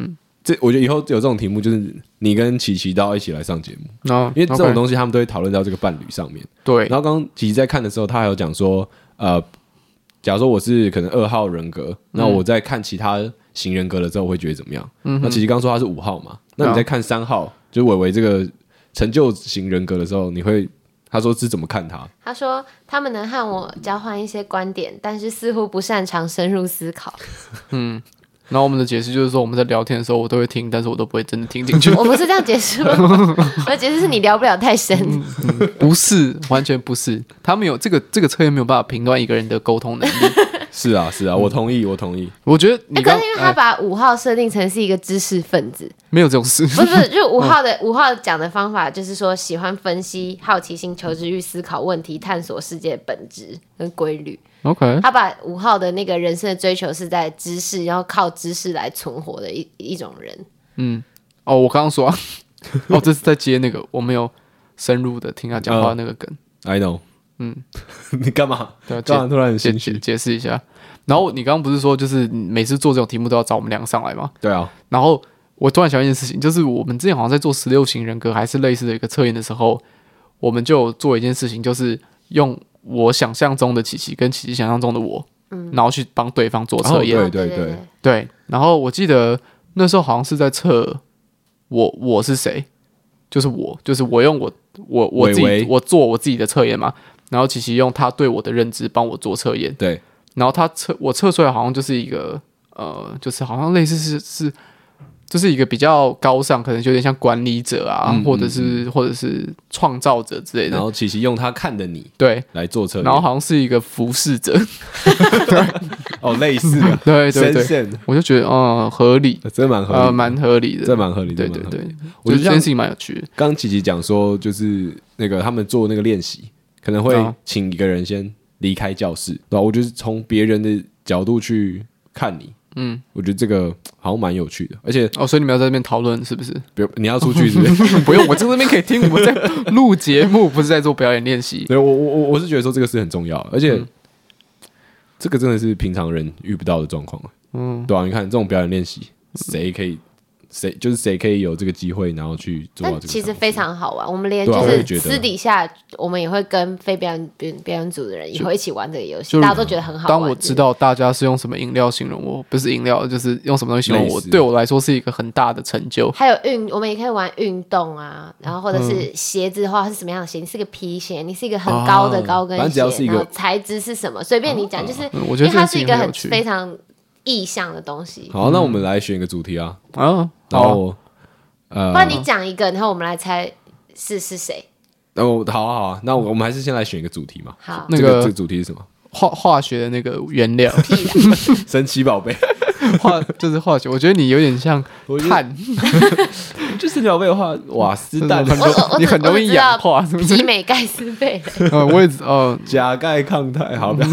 我觉得以后有这种题目，就是你跟琪琪都要一起来上节目，因为这种东西他们都会讨论到这个伴侣上面。 对。 然后刚刚琪琪在看的时候，他还有讲说，假如说我是可能2号人格，那我在看其他型人格的时候，我会觉得怎么样？那琪琪刚说他是5号嘛，那你在看3号，就伟伟这个成就型人格的时候，他说是怎么看他？ 他说他们能和我交换一些观点，但是似乎不擅长深入思考。 然后我们的解释就是说，我们在聊天的时候我都会听，但是我都不会真的听进去。 我不是这样解释，我的解释是你聊不了太深。 不是，完全不是。他们有这个测验没有办法评断一个人的沟通能力。 是啊，我同意。 我觉得可是因为他把5号设定成是一个知识分子， 没有这种事。 不是，就5号讲的方法就是说喜欢分析、好奇心、求知欲、思考问题、探索世界本质跟规律。 OK， 他把5号的那个人生的追求是在知识，然后靠知识来存活的一种人。 我刚刚说啊，这是在接那个我没有深入的听他讲话那个梗。 I know。你干嘛？ 对， 突然很兴趣解释一下。然后你刚刚不是说，就是每次做这种题目都要找我们2个上来吗？ 对啊。 然后我突然想到一件事情，就是我们之前好像在做16型人格还是类似的一个测验的时候，我们就有做一件事情，就是用我想象中的琪琪跟琪琪想象中的我，然后去帮对方做测验。对。然后我记得那时候好像是在测我是谁，就是我用我自己我做我自己的测验嘛。然后琪琪用他对我的认知帮我做测验， 对。 然后我测出来好像就是一个就是好像类似是就是一个比较高尚，可能就有点像管理者啊，或者是创造者之类的。 然后琪琪用他看的你对来做测验， 然后好像是一个服侍者， 类似的， 对，我就觉得合理， 真蛮合理， 蛮合理的， 这蛮合理的， 对，我觉得这件事情蛮有趣的。 刚琪琪讲说，就是那个他们做那个练习，可能会请一个人先离开教室，对吧？我就是从别人的角度去看你，我觉得这个好像蛮有趣的，而且所以你们要在这边讨论是不是？ 你要出去是不是？ 不用，我在这边可以听，我们在录节目，不是在做表演练习。 对，我是觉得说这个是很重要的，而且这个真的是平常人遇不到的状况，对啊，你看这种表演练习，谁可以有这个机会，然后去做到这个？ 其实非常好玩。我们连就是私底下，我们也会跟非表演组的人也会一起玩这个游戏，大家都觉得很好玩。 当我知道大家是用什么饮料形容我，不是饮料，就是用什么东西形容我，对我来说是一个很大的成就。 还有我们也可以玩运动啊，然后或者是鞋子的话是什么样的鞋？你是个皮鞋，你是一个很高的高跟鞋，然后材质是什么？随便你讲，就是因为它是一个很非常意象的东西。 好，那我们来选一个主题啊。然后不然你讲一个，然后我们来猜是谁。 好啊，那我们还是先来选一个主题嘛。 好， 这个主题是什么？ 化学的那个原料， 神奇宝贝， 就是化学。我觉得你有点像碳， 就是宝贝的话，瓦斯弹， 你很容易氧化，是不是？ 皮美盖斯贝雷， 我也钾钙抗钛，好不要。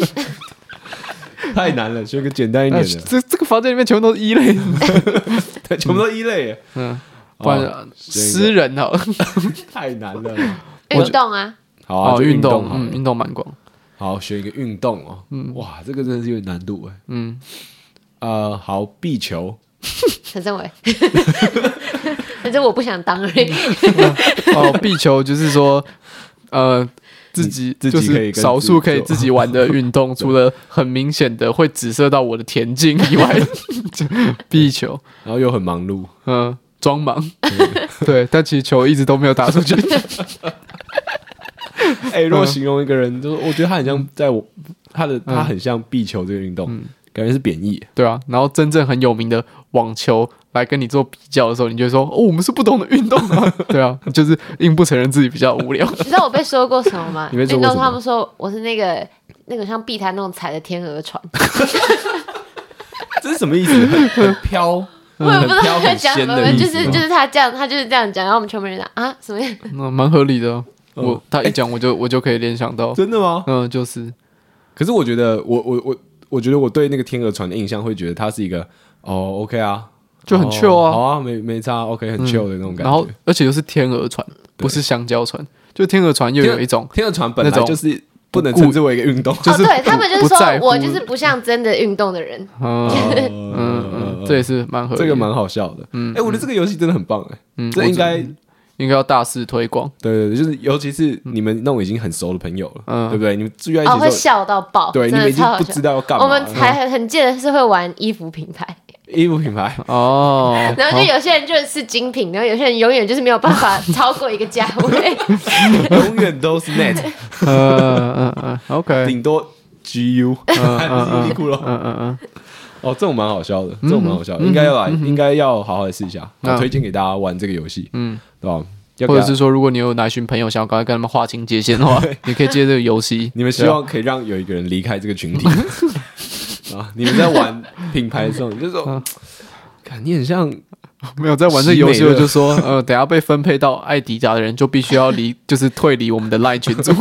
太难了，选个简单一点的。 这个房间里面全部都是一类， 对，全部都一类。 不然诗人好， 太难了。 运动啊， 好啊，就运动， 运动蛮广。 好，选一个运动哦。哇，这个真的是有点难度哎。好，壁球。 陈政伟，反正我不想当而已。 壁球就是说，自己就是少数可以自己玩的运动，除了很明显的会指涉到我的田径以外，壁球， 然后又很忙碌， 装忙，对，但其实球一直都没有打出去。 如果形容一个人，就是我觉得他很像他很像壁球这个运动，感觉是贬义， 对啊。然后真正很有名的网球来跟你做比较的时候，你就会说我们是不同的运动啊，对啊，就是硬不承认自己比较无聊。 你知道我被说过什么吗？ 运动他们说我是那个像碧潭那种踩的天鹅船。 这是什么意思？很飘。 我也不知道他讲什么，就是他就是这样讲，然后我们全部人讲啊什么样？ 蛮合理的。他一讲我就可以联想到， 真的吗？ 就是。 可是我觉得我觉得我对那个天鹅船的印象会觉得它是一个OK 啊， 就很 chill 啊， 好啊，没差 OK 很 chill 的那种感觉。 然后而且又是天鹅船，不是香蕉船，就天鹅船又有一种天鹅船本来就是不能称之为一个运动， 就是对他们就是说我就是不像真的运动的人。 这也是蛮合理的， 这个蛮好笑的。我觉得这个游戏真的很棒这应该要大肆推广。 对，就是尤其是你们那种已经很熟的朋友了，对不对？你们聚在一起会笑到爆， 对，你们已经不知道要干嘛。 我们还很记得是会玩衣服品牌。然后就有些人就是精品，然后有些人永远就是没有办法超过一个价位， 永远都是 net。 OK， 顶多 GU， 衣服咯。这种蛮好笑的，应该要好好的试一下，推荐给大家玩这个游戏，对吧？ 或者是说，如果你有哪群朋友想要赶快跟他们划清界限的话，你可以接这个游戏。 你们希望可以让有一个人离开这个群体你们在玩品牌的时候，你就说，看你很像没有在玩这个游戏，我就说，等下被分配到艾迪达的人就必须要就是退离我们的 LINE 群组。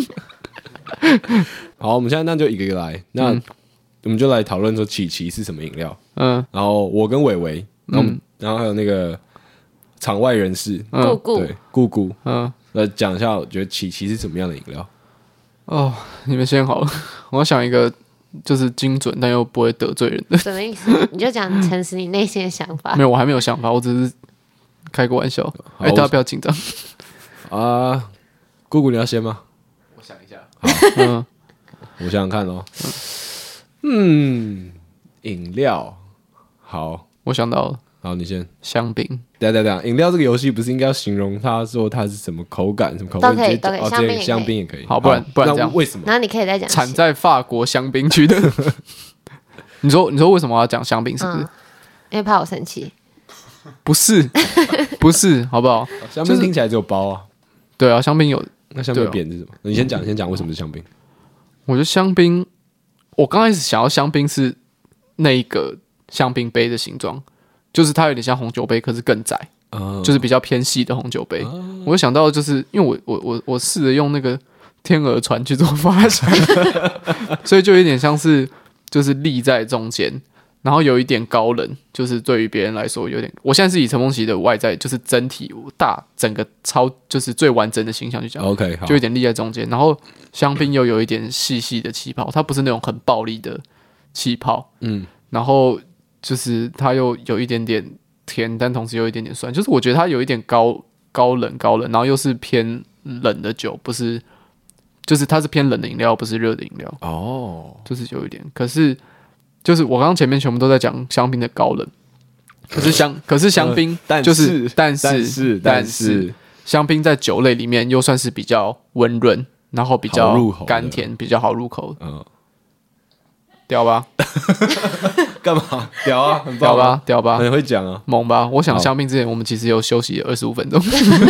好，我们现在那就一个一个来，那我们就来讨论说琪琪是什么饮料。然后我跟伟伟，然后还有那个场外人士，姑姑，来讲一下，我觉得琪琪是什么样的饮料。 你们先好了，我要想一个。就是精准但又不会得罪人的。 什么意思？你就讲诚实你内心的想法。 没有，我还没有想法，我只是开个玩笑。大家不要紧张姑姑你要先吗？ 我想一下。 好，我想想看哦。饮料。好， 我想到了。 好，你先。 香槟。 等，饮料这个游戏不是应该要形容它说它是什么口感，什么口味？ 都可以， 香槟也可以。 好，不然这样为什么？ 然后你可以再讲。 产在法国香槟区的。你说为什么我要讲香槟？是不是？ 因为怕我生气。 不是，好不好？ 香槟听起来只有包啊。 对啊，香槟有。 那香槟扁是什么？你先讲为什么是香槟？ 我觉得香槟，我刚开始想要香槟是那一个香槟杯的形状。就是它有点像红酒杯，可是更窄，就是比较偏细的红酒杯。我就想到，就是因为我试着用那个天鹅船去做发想，所以就有点像是就是立在中间，然后有一点高冷，就是对于别人来说有点。我现在是以陈梦琪的外在，就是整体整个就是最完整的形象去讲 ，OK， 就有点立在中间。然后香槟又有一点细细的气泡，它不是那种很暴力的气泡，然后。就是它又有一点点甜，但同时又有一点点酸。就是我觉得它有一点高冷，然后又是偏冷的酒，不是，就是它是偏冷的饮料，不是热的饮料。就是有一点。可是就是我刚刚前面全部都在讲香槟的高冷，可是香槟就是但是香槟在酒类里面又算是比较温润，然后比较甘甜，比较好入口。屌吧？ 干嘛？屌啊！很棒吧？屌吧？ 很会讲啊， 猛吧？我想香槟之前我们其实有休息25分钟。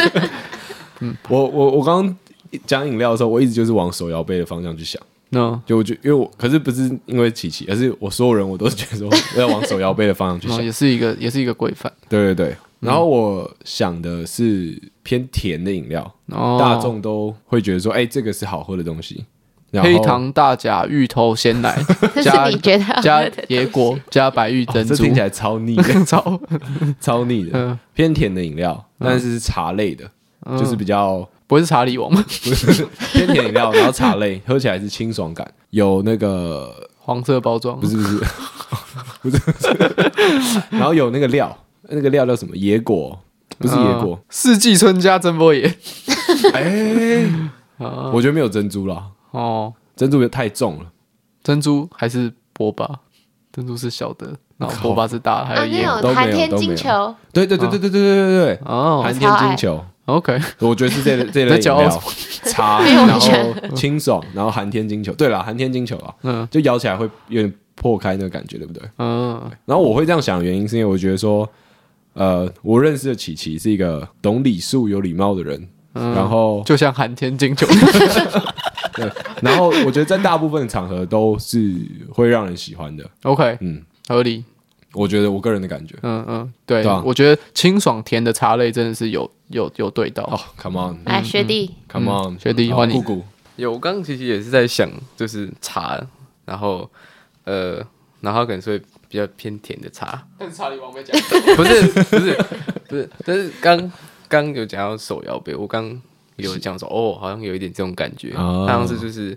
我刚刚讲饮料的时候，我一直就是往手摇杯的方向去想。就因为可是不是因为琪，而是我所有人我都是觉得说我要往手摇杯的方向去想， 也是一个规范。 对。然后我想的是偏甜的饮料，大众都会觉得说，这个是好喝的东西。 黑糖大甲芋头鲜奶加椰果加白玉珍珠， 这听起来超腻的，超腻的。偏甜的饮料，但是茶类的，就是比较不会是茶里王吗？ 不是偏甜饮料，然后茶类喝起来是清爽感，有那个黄色包装， 不是，然后有那个料叫什么？椰果，不是椰果， 四季春加珍波椰。 我觉得没有珍珠啦。珍珠太重了。 珍珠还是波霸？珍珠是小的，然后波霸是大的，还有椰果。寒天金球。 对。寒天金球。 OK， 我觉得是这类饮料，茶，然后清爽，然后寒天金球。对啦，寒天金球啊，就咬起来会有点破开那个感觉，对不对？然后我会这样想的原因，是因为我觉得说，我认识的琪琪是一个懂礼数、有礼貌的人。然后就像寒天金球。 对，然后我觉得在大部分的场合都是会让人喜欢的。 OK， 合理。 我觉得我个人的感觉， 对，我觉得清爽甜的茶类真的是有对到。 Come on， 来学弟 ，Come on， 学弟欢迎。 有，我刚刚其实也是在想，就是茶，然后可能是会比较偏甜的茶。 但是茶里王没讲。 不是，但是刚有讲到手摇杯，我刚有讲说，好像有一点这种感觉，好像是就是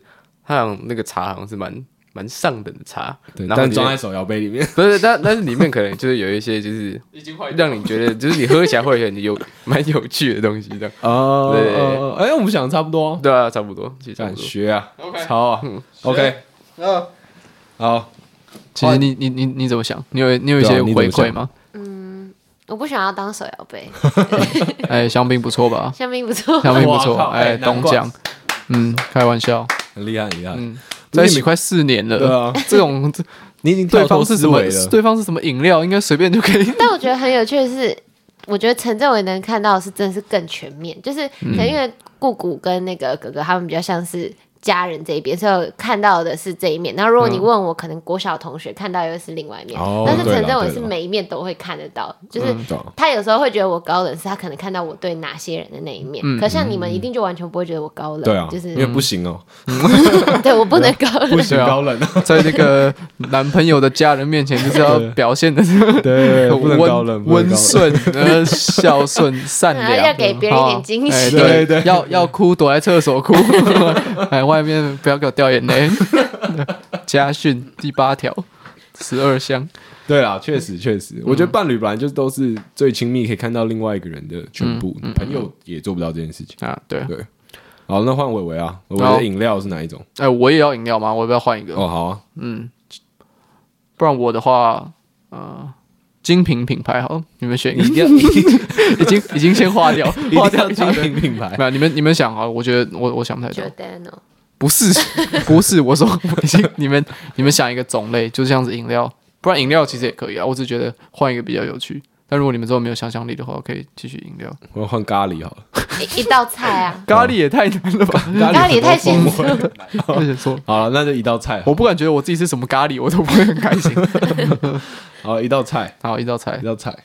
它好像那个茶好像是蛮上等的茶， 对，但装在手摇杯里面， 不是，但是里面可能就是有一些就是让你觉得就是你喝起来会蛮有趣的东西这样。 哦，对，哎，我们想的差不多， 对啊，差不多，其实感学啊， OK 超啊，OK，好， 其实你怎么想？你有一些回馈吗？ 我不想要当手摇杯。 哎，香槟不错吧？ 香槟不错， 香槟不错，哎，东江，开玩笑， 很厉害， 在一起快4年了， 对啊， 这种你已经对方是什么？对方是什么饮料？应该随便就可以。 但我觉得很有趣的是，我觉得陈政伟能看到的是真的是更全面，就是可能因为顾顾跟那个哥哥他们比较像是家人这一边，所以我看到的是这一面。然后如果你问我，可能国小同学看到又是另外一面。但是陈政伟是每一面都会看得到，就是他有时候会觉得我高冷，是他可能看到我对哪些人的那一面。可像你们一定就完全不会觉得我高冷， 对啊， 就是因为不行哦， 对我不能高冷， 不行高冷， 在那个男朋友的家人面前，就是要表现的对，不能高冷， 温顺、孝顺、善良， 要给别人一点惊喜， 对，要哭躲在厕所哭，哎，外面不要给我掉眼泪。家训第8条，12项。 对啦，确实，我觉得伴侣本来就都是最亲密，可以看到另外一个人的全部，朋友也做不到这件事情啊。对。 好，那换伟伟啊，伟伟的饮料是哪一种？ 哎，我也要饮料吗？我要不要换一个？ 哦，好啊， 不然我的话，精品品牌好，你们选一个，已经先划掉精品品牌。 没有，你们想啊，我觉得我想不太到。不是，我说你们想一个种类，就像是饮料，不然饮料其实也可以啊。我只觉得换一个比较有趣。但如果你们之后没有想象力的话，我可以继续饮料。 我要换咖喱好了， 一道菜啊， 咖喱也太难了吧？ 咖喱太咸了。 好了，那就一道菜。 我不敢觉得我自己是什么咖喱，我都不会很开心。 好，一道菜， 好，一道菜。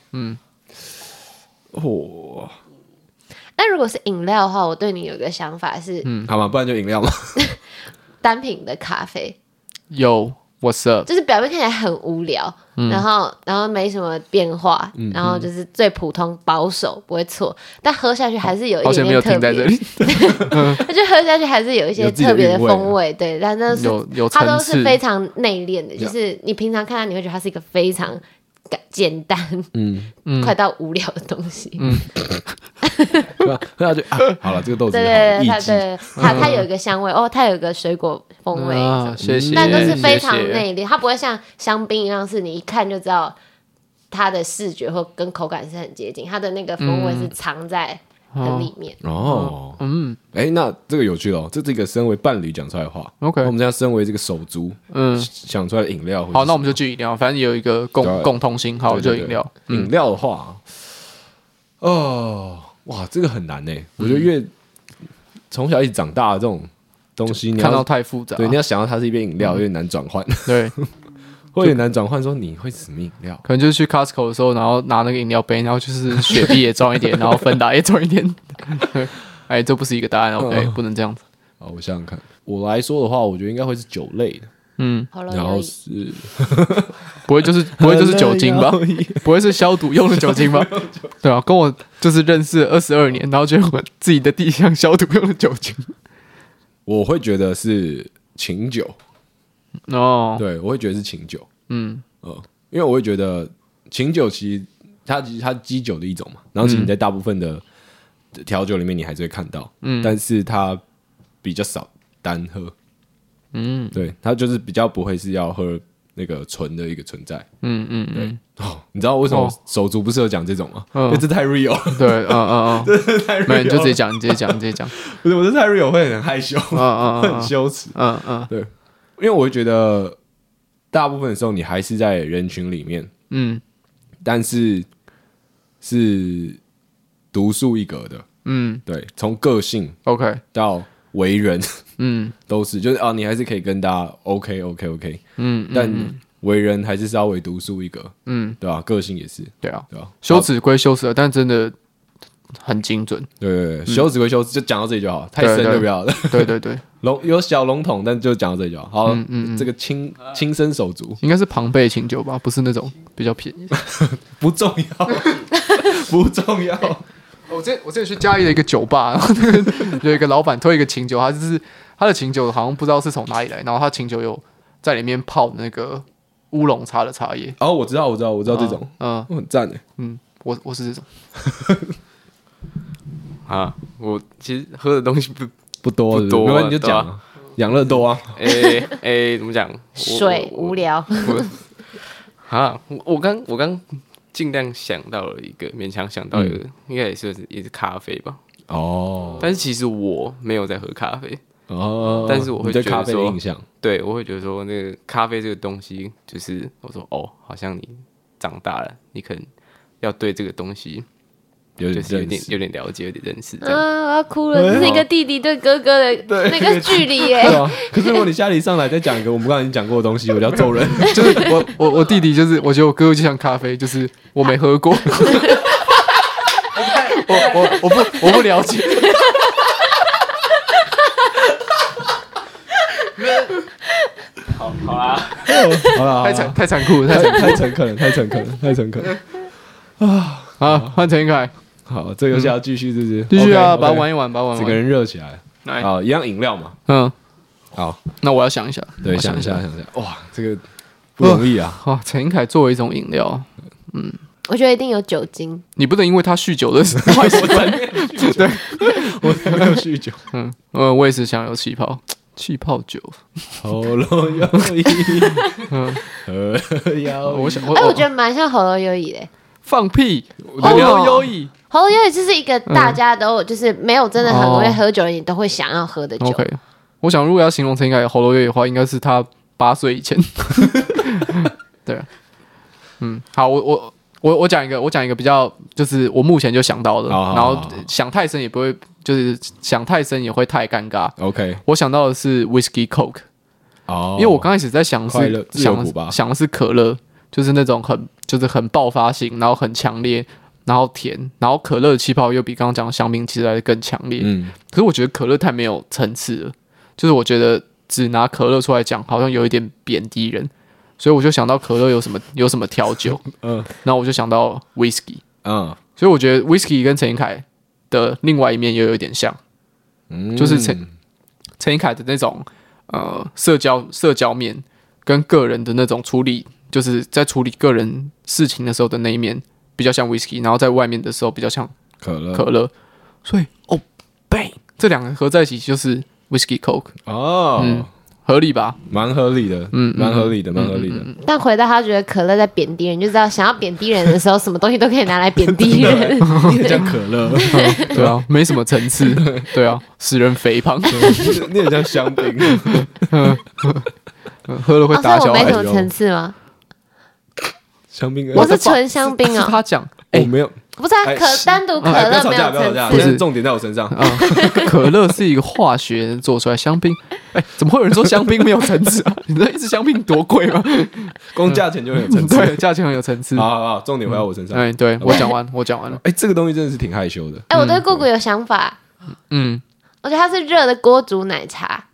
那如果是饮料的话，我对你有个想法是， 好嘛，不然就饮料嘛。 单品的咖啡有 What's up？ 就是表面看起来很无聊，然后没什么变化，然后就是最普通保守不会错，但喝下去还是有一点点特别。而且喝下去还是有一些特别的风味，对，但那是它都是非常内敛的，就是你平常看它，你会觉得它是一个非常简单，快到无聊的东西。 喝下去好了，这个豆子它有一个香味哦，它有一个水果风味， 谢谢。 但都是非常内敛，它不会像香槟一样是你一看就知道它的视觉或跟口感是很接近，它的那个风味是藏在很里面。 那这个有趣了，这是一个身为伴侣讲出来的话。 OK， 我们现在身为这个手足，想出来的饮料。 好，那我们就去饮料，反正有一个共通性，好，就饮料。 饮料的话，哇，这个很难欸。我觉得越从小一起长大的这种东西，你看到太复杂， 对，你要想到它是一杯饮料，有点难转换。 对， 会有点难转换。说你会什么饮料？ 可能就是去 Costco 的时候，然后拿那个饮料杯，然后就是雪碧也装一点，然后芬达也装一点。哎，这不是一个答案 ，OK， 不能这样子。 好，我想想看，我来说的话，我觉得应该会是酒类的。然后是不会就是酒精吧？不会是消毒用的酒精吧？对啊，跟我就是认识了22年，然后觉得我自己的地像消毒用的酒精。 我会觉得是琴酒哦，对，我会觉得是琴酒。因为我会觉得琴酒其实它基酒的一种嘛，然后其实你在大部分的调酒里面你还是会看到，但是它比较少单喝。对，它就是比较不会是要喝那个纯的一个存在。对。你知道为什么手足不适合讲这种吗？因为这太 real 了。 对， 这太 real 了。 没有，你就直接讲。 不是，我这太 real 会很害羞，会很羞耻。对，因为我会觉得大部分的时候你还是在人群里面，但是是独树一格的。对，从个性 OK 到为人，都是，就是你还是可以跟大家 OK，但为人还是稍微独树一格，对吧？个性也是， 对啊，羞耻归羞耻，但真的很精准， 对，羞耻归羞耻，就讲到这里就好，太深就不要了， 对， 有小笼统，但就讲到这里就好。好，这个亲生手足应该是庞贝琴酒吧，不是那种比较便宜， 不重要，不重要。 我之前去嘉义的一个酒吧，然后有一个老板推一个琴酒，他的琴酒好像不知道是从哪里来，然后他琴酒有在里面泡那个乌龙茶的茶叶。 哦，我知道这种，很赞的。 我是这种。 啊，我其实喝的东西不多，没关系，你就讲养乐多啊。 怎么讲？ 水无聊。 我刚尽量想到了一个，勉强想到一个，应该也是咖啡吧。哦，但是其实我没有在喝咖啡。哦，但是我会觉得说，对咖啡的印象，对，我会觉得说，那个咖啡这个东西，就是我说好像你长大了，你可能要对这个东西有点了解，有点认识。 我要哭了，这是一个弟弟对哥哥的那个距离耶。 可是如果你下里上来再讲一个我们刚才已经讲过的东西，我就要揍人。 就是我弟弟，就是我觉得我哥哥就像咖啡，就是我没喝过，我不了解。 好啦， 太残酷了， 太诚恳了啊！好，换陈凯。 好，这个游戏要继续，是不是？ 继续啊，把它玩一玩，整个人热起来。好，一样饮料嘛。好， 那我要想一下。 对，想一下。哇，这个不容易啊。 好，陈凯作为一种饮料， 我觉得一定有酒精。 你不能因为他酗酒的时候， 对，我没有酗酒。 我也是想有气泡酒。 喉咙有我觉得蛮像喉咙优椅的。 放屁！喉咙优椅就是一个大家都就是没有真的很会喝酒的人都会想要喝的酒。 OK， 我想如果要形容陈凯喉咙优椅的话，应该是他8岁以前。对，好，我讲一个比较，就是我目前就想到的，然后想太深也不会，就是想太深也会太尴尬。 OK， 我想到的是 Whisky Coke， 因为我刚开始在想想的是可乐，就是那种很爆发性，然后很强烈，然后甜，然后可乐的气泡又比刚刚讲的香槟其实来的更强烈。可是我觉得可乐太没有层次了，就是我觉得只拿可乐出来讲，好像有一点贬低人。所以我就想到可乐有什么调酒，然后我就想到 whisky， 所以我觉得 whisky 跟陈英凯的另外一面又有点像，就是陈英凯的那种社交面跟个人的那种处理，就是在处理个人事情的时候的那一面比较像 whisky， 然后在外面的时候比较像可乐，所以bang， 这两个合在一起就是 whisky coke 合理吧？ 蛮合理的，蛮合理的。 但回到他觉得可乐在贬低人，就知道想要贬低人的时候，什么东西都可以拿来贬低人。 你也讲可乐， 对啊，没什么层次，对啊，使人肥胖。 你也讲香槟， 喝了会打小孩。 我没什么层次吗？ 香槟， 我是纯香槟啊。 他讲， 我没有。 不是单独可乐没有层次， 不是重点在我身上。 可乐是一个化学做出来，香槟，怎么会有人说香槟没有层次啊？你知道一支香槟多贵吗？ 光价钱就很有层次， 对，价钱很有层次。 好，重点回到我身上。 对，我讲完了。 这个东西真的是挺害羞的。 我对姑姑有想法。我觉得它是热的锅煮奶茶。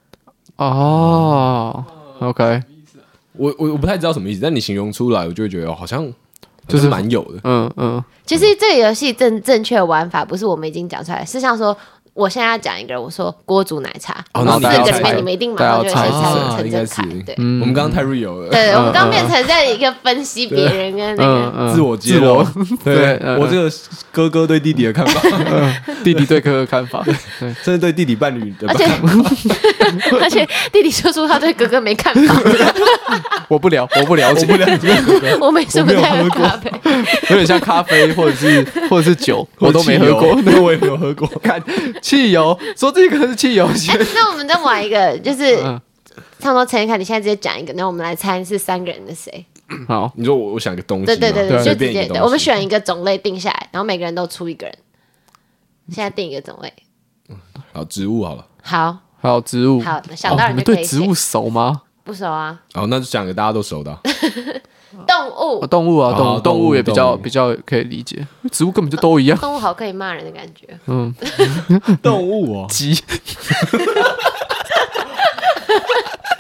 OK， 我不太知道什么意思，但你形容出来，我就会觉得好像。就是蛮有的， 其实这个游戏正确的玩法不是我们已经讲出来，是像说我现在要讲一个人，我说锅煮奶茶，然后4个里面你们一定马上就会先猜陈正凯。对， 我们刚刚太 real 了， 对，我们刚变成在一个分析别人跟那个自我揭露，对我这个哥哥对弟弟的看法， 弟弟对哥哥的看法，对， 甚至对弟弟伴侣的， 而且弟弟说出他对哥哥没看法， 我不了解， 我没什么在喝咖啡， 有点像咖啡或者是酒，我都没喝过， 我也没有喝过。 看汽油，说这个是汽油。 那我们再玩一个，就是差不多陈一凯，你现在直接讲一个，那我们来猜是3个人的谁。 好， 你说我想一个东西， 对，就直接我们选一个种类定下来，然后每个人都出一个人。现在定一个种类， 好，植物好了。 好，植物。 好，想到人就可以。 你们对植物熟吗？ 不熟啊。 好，那就讲个大家都熟的。 动物啊，动物也比较可以理解，植物根本就都一样。 动物好可以骂人的感觉。 动物哦， 鸡。我觉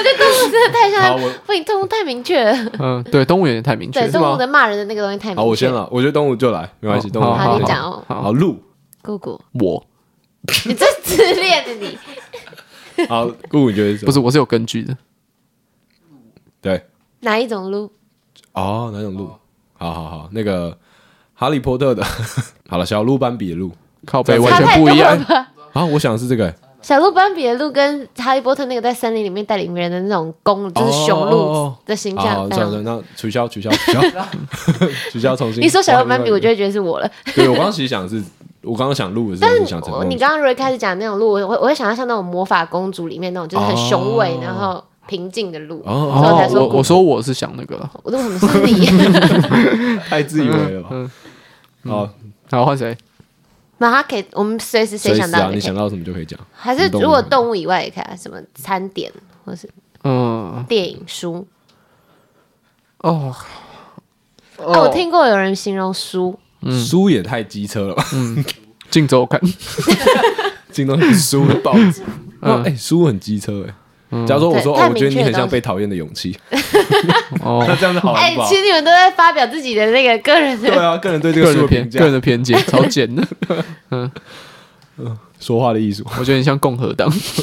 得动物真的太像，不行，动物太明确了。 对，动物有点太明确。 对，动物的骂人的那个东西太明确。 好，我先了，我觉得动物就来，没关系，动物。 好，你讲哦。 好，鹿。 姑姑， 我。 你最自恋的你。 好，姑姑你觉得是什么？ 不是，我是有根据的。 对。 哪一种鹿？ 哦，哪种鹿？好，那个哈利波特的，好了，小鹿斑比的鹿， 靠北完全不一样啊！我想的是这个。 小鹿斑比的鹿跟哈利波特那个在森林里面带领人的那种公，就是雄鹿的形象。 那取消，取消，重新。 你说小鹿斑比，我就会觉得是我了。 对，我刚刚其实想的是，我刚刚想鹿的时候是想成。 你刚刚如果开始讲那种鹿，我会想到像那种魔法公主里面那种，就是很雄伟，然后平静的鹿。 我说我是想那个了。 我为什么是你？ 太自以为了吧？ 好，换谁？ 那他可以，我们随时谁想到， 你想到什么就可以讲。 还是如果动物以外也可以，什么餐点或是电影书。我听过有人形容书， 书也太机车了吧？ 镜周刊， 镜周刊书的报纸，书很机车哎。假如说我觉得你很像被讨厌的勇气，那这样子好了吧？ 其实你们都在发表自己的那个个人的， 对啊，个人对这个书的评价， 个人的偏见，超贱的。 说话的艺术， 我觉得你像共和党，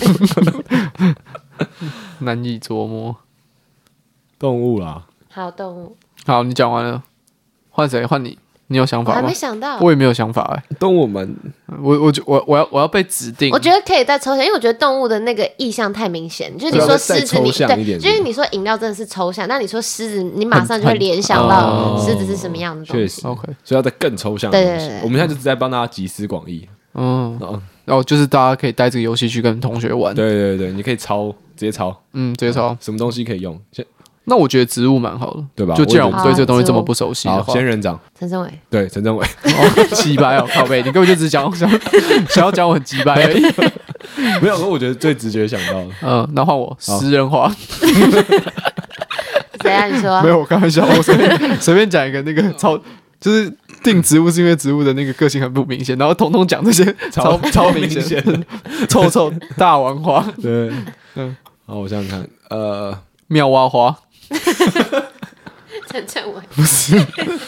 难以琢磨。 动物啦， 好动物， 好，你讲完了，换谁？换你。你有想法吗？ 我还没想到， 我也没有想法动物们， 我要被指定。 我觉得可以再抽象，因为我觉得动物的那个意象太明显。就是你说狮子，对，就是你说饮料真的是抽象，但你说狮子，你马上就会联想到狮子是什么样的东西。 确实 ，OK， 所以要再更抽象的东西。我们现在就是在帮大家集思广益。 然后就是大家可以带这个游戏去跟同学玩。 对，你可以直接抄， 直接抄， 什么东西可以用？ 那我觉得植物蛮好的，对吧？就既然我们对这个东西这么不熟悉的话， 仙人掌， 陈政伟， 对，陈政伟， 鸡掰哦，靠背，你根本就只想要讲我很鸡掰而已。 没有，我觉得最直觉想到的， 那换我食人花。 谁啊？你说？ 没有，我开玩笑，我随便讲一个那个就是定植物是因为植物的那个个性很不明显，然后统统讲这些超明显，臭大王花， 对，好，我想想看， 妙蛙花。 陈政伟不是，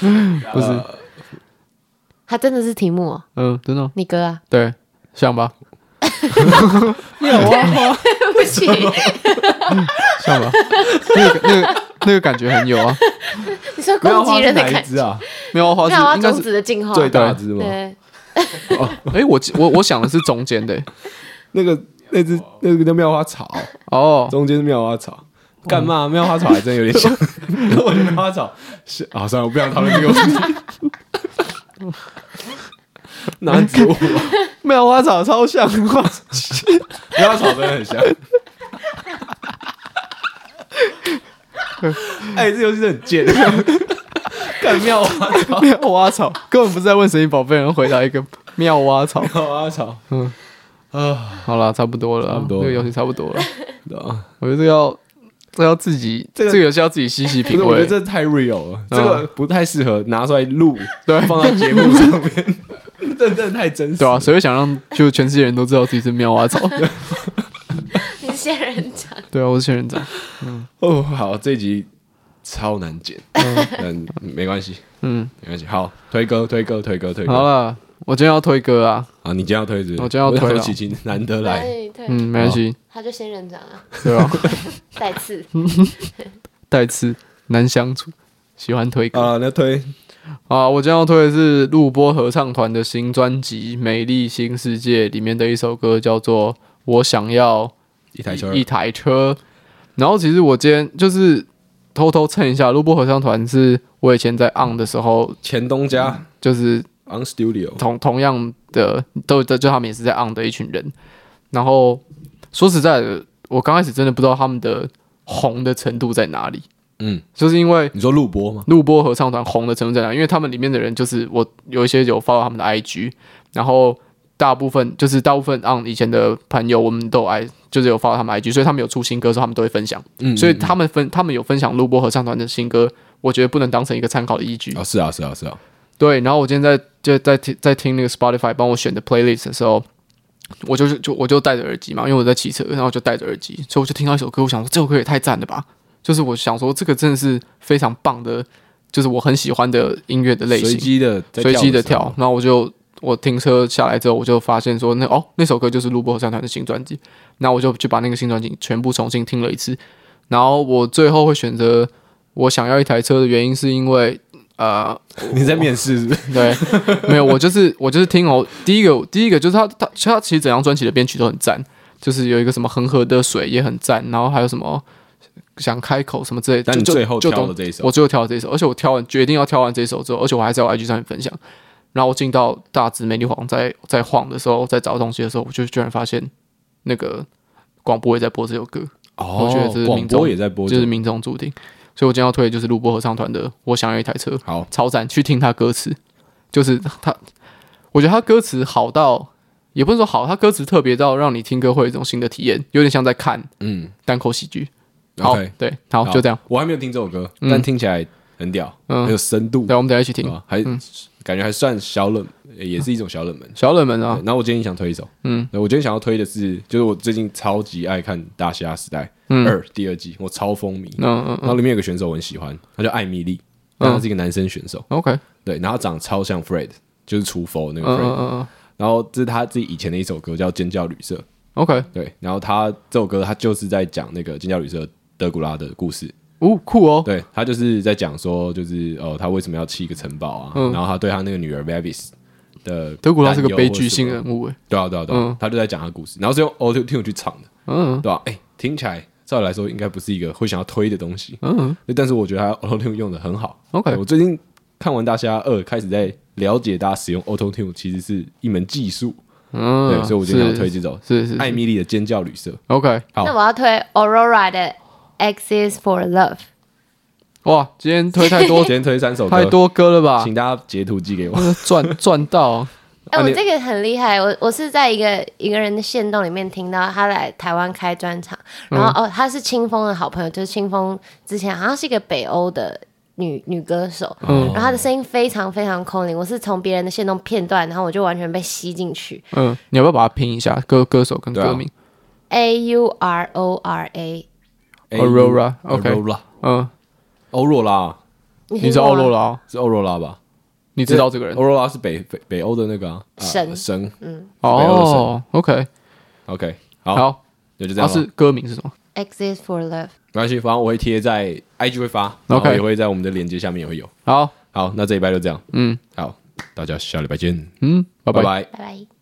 他真的是题目真的， 你哥啊？ 对，像吧？ 妙蛙花，对不起， 像吧？那个感觉很有啊。 你说攻击人的感觉啊？ 妙蛙花是种子的进化最大只吗？ 对。 我想的是中间的， 那个叫妙花草中间是妙花草。干嘛？妙花草还真有点像，我觉得妙花草是算了，我不想讨论这个问题。哪植物？ 妙花草超像， 妙花草真的很像。这游戏真的很贱。干妙蛙草，根本不是在问神奇宝贝，人回答一个妙蛙草。好了，差不多了，这个游戏差不多了。我觉得这要自己，这个游戏要自己细细品味。 我觉得这太 real 了，这个不太适合拿出来录，对，放在节目上面，真的太真实。 对啊，谁会想让就全世界人都知道自己是妙蛙草？ 你是仙人掌。 对啊，我是仙人掌。 好，这一集超难剪，没关系，没关系。好，推歌。 好了。我今天要推歌啊！ 你今天要推是？ 我今天要推了， 琪琪难得来， 没关系。 他就仙人掌啊， 对吧？带刺，难相处，喜欢推歌那推我今天要推的是录播合唱团的新专辑《美丽新世界》里面的一首歌，叫做《我想要一台车》。然后其实我今天就是偷偷蹭一下，录播合唱团是我以前在 on 的时候， 前东家就是。 On Studio 同样的就他们也是在 on 的一群人，然后说实在的，我刚开始真的不知道他们的红的程度在哪里。就是因为你说录播吗？ 录播合唱团红的程度在哪里？因为他们里面的人就是我有一些有 follow 他们的 IG， 然后大部分 on 以前的朋友，我们都就是有 follow 他们 IG， 所以他们有出新歌的时候，他们都会分享。所以他们有分享录播合唱团的新歌，我觉得不能当成一个参考的依据。 是啊。对， 然后我今天在听那个 Spotify 帮我选的 playlist 的时候， 我就戴着耳机嘛，因为我在骑车，然后我就戴着耳机，所以我就听到一首歌，我想说这首歌也太赞了吧！就是我想说这个真的是非常棒的，就是我很喜欢的音乐的类型，随机的跳。然后我停车下来之后，我就发现说那首歌就是录播合唱团的新专辑，然后我就去把那个新专辑全部重新听了一次。然后我最后会选择我想要一台车的原因，是因为你在面试是不是？ 对，没有，我就是听第一个就是他其实整张专辑的编曲都很赞，就是有一个什么恒河的水也很赞，然后还有什么想开口什么之类的。 但你最后挑了这一首， 我最后挑了这一首，而且我决定要挑完这一首之后，而且我还在我 IG 上面分享。然后我进到大直美丽皇在晃的时候，在找东西的时候，我就居然发现那个广播也在播这首歌。我觉得这是广播也在播， 就是命中注定。所以我今天要推的就是录播合唱团的《我想要一台车》， 好， 超赞！去听他歌词，就是我觉得他歌词好到，也不是说好，他歌词特别到让你听歌会有一种新的体验，有点像在看单口喜剧。好，对，好，就这样。 我还没有听这首歌，但听起来很屌，很有深度。 对，我们等一下一起听， 感觉还算小冷，也是一种小冷门。 小冷门啊！ 然后我今天想推一首，我今天想要推的是，就是我最近超级爱看《大虾时代2》第2季，我超风靡。然后里面有个选手我很喜欢，他叫艾米丽，他是一个男生选手。 OK， 对，然后他长得超像 Fred， 就是厨佛那个 Fred。然后这是他自己以前的一首歌，叫《尖叫旅社》。 OK， 对，然后他这首歌他就是在讲那个尖叫旅社德古拉的故事。 酷哦！ 对，他就是在讲说，就是他为什么要砌一个城堡啊？然后他对他那个女儿 Mavis 的德古拉是个悲剧性人物， 对啊，他就在讲他的故事，然后是用 Auto Tune 去唱的，对吧？听起来照理来说应该不是一个会想要推的东西，但是我觉得他 Auto Tune 用的很好。 OK， 我最近看完《大虾2》，开始在了解大家使用 Auto Tune 其实是一门技术。对，所以我今天要推这首是艾米丽的《尖叫旅社》。 OK， 好，那我要推 Aurora 的。X is for love。 哇，今天推太多， 今天推3首歌， 太多歌了吧？ 请大家截图寄给我， 赚到。 我这个很厉害，我是在一个人的限动里面听到他来台湾开专场，然后他是清风的好朋友，就是清风之前好像是一个北欧的女歌手，然后她的声音非常非常空灵，我是从别人的限动片段，然后我就完全被吸进去。 你要不要把它拼一下歌手跟歌名 ？Aurora。OK， 欧若拉， 你是欧若拉？ 是欧若拉吧？ 你知道这个人？ 欧若拉是北欧的那个神， 哦 ，OK， 好，就这样。 是歌名是什么 ？X is for love。 没关系，反正我会贴在 IG 会发，然后也会在我们的链接下面也会有。好，那这礼拜就这样。好，大家下礼拜见。 拜拜。 拜拜。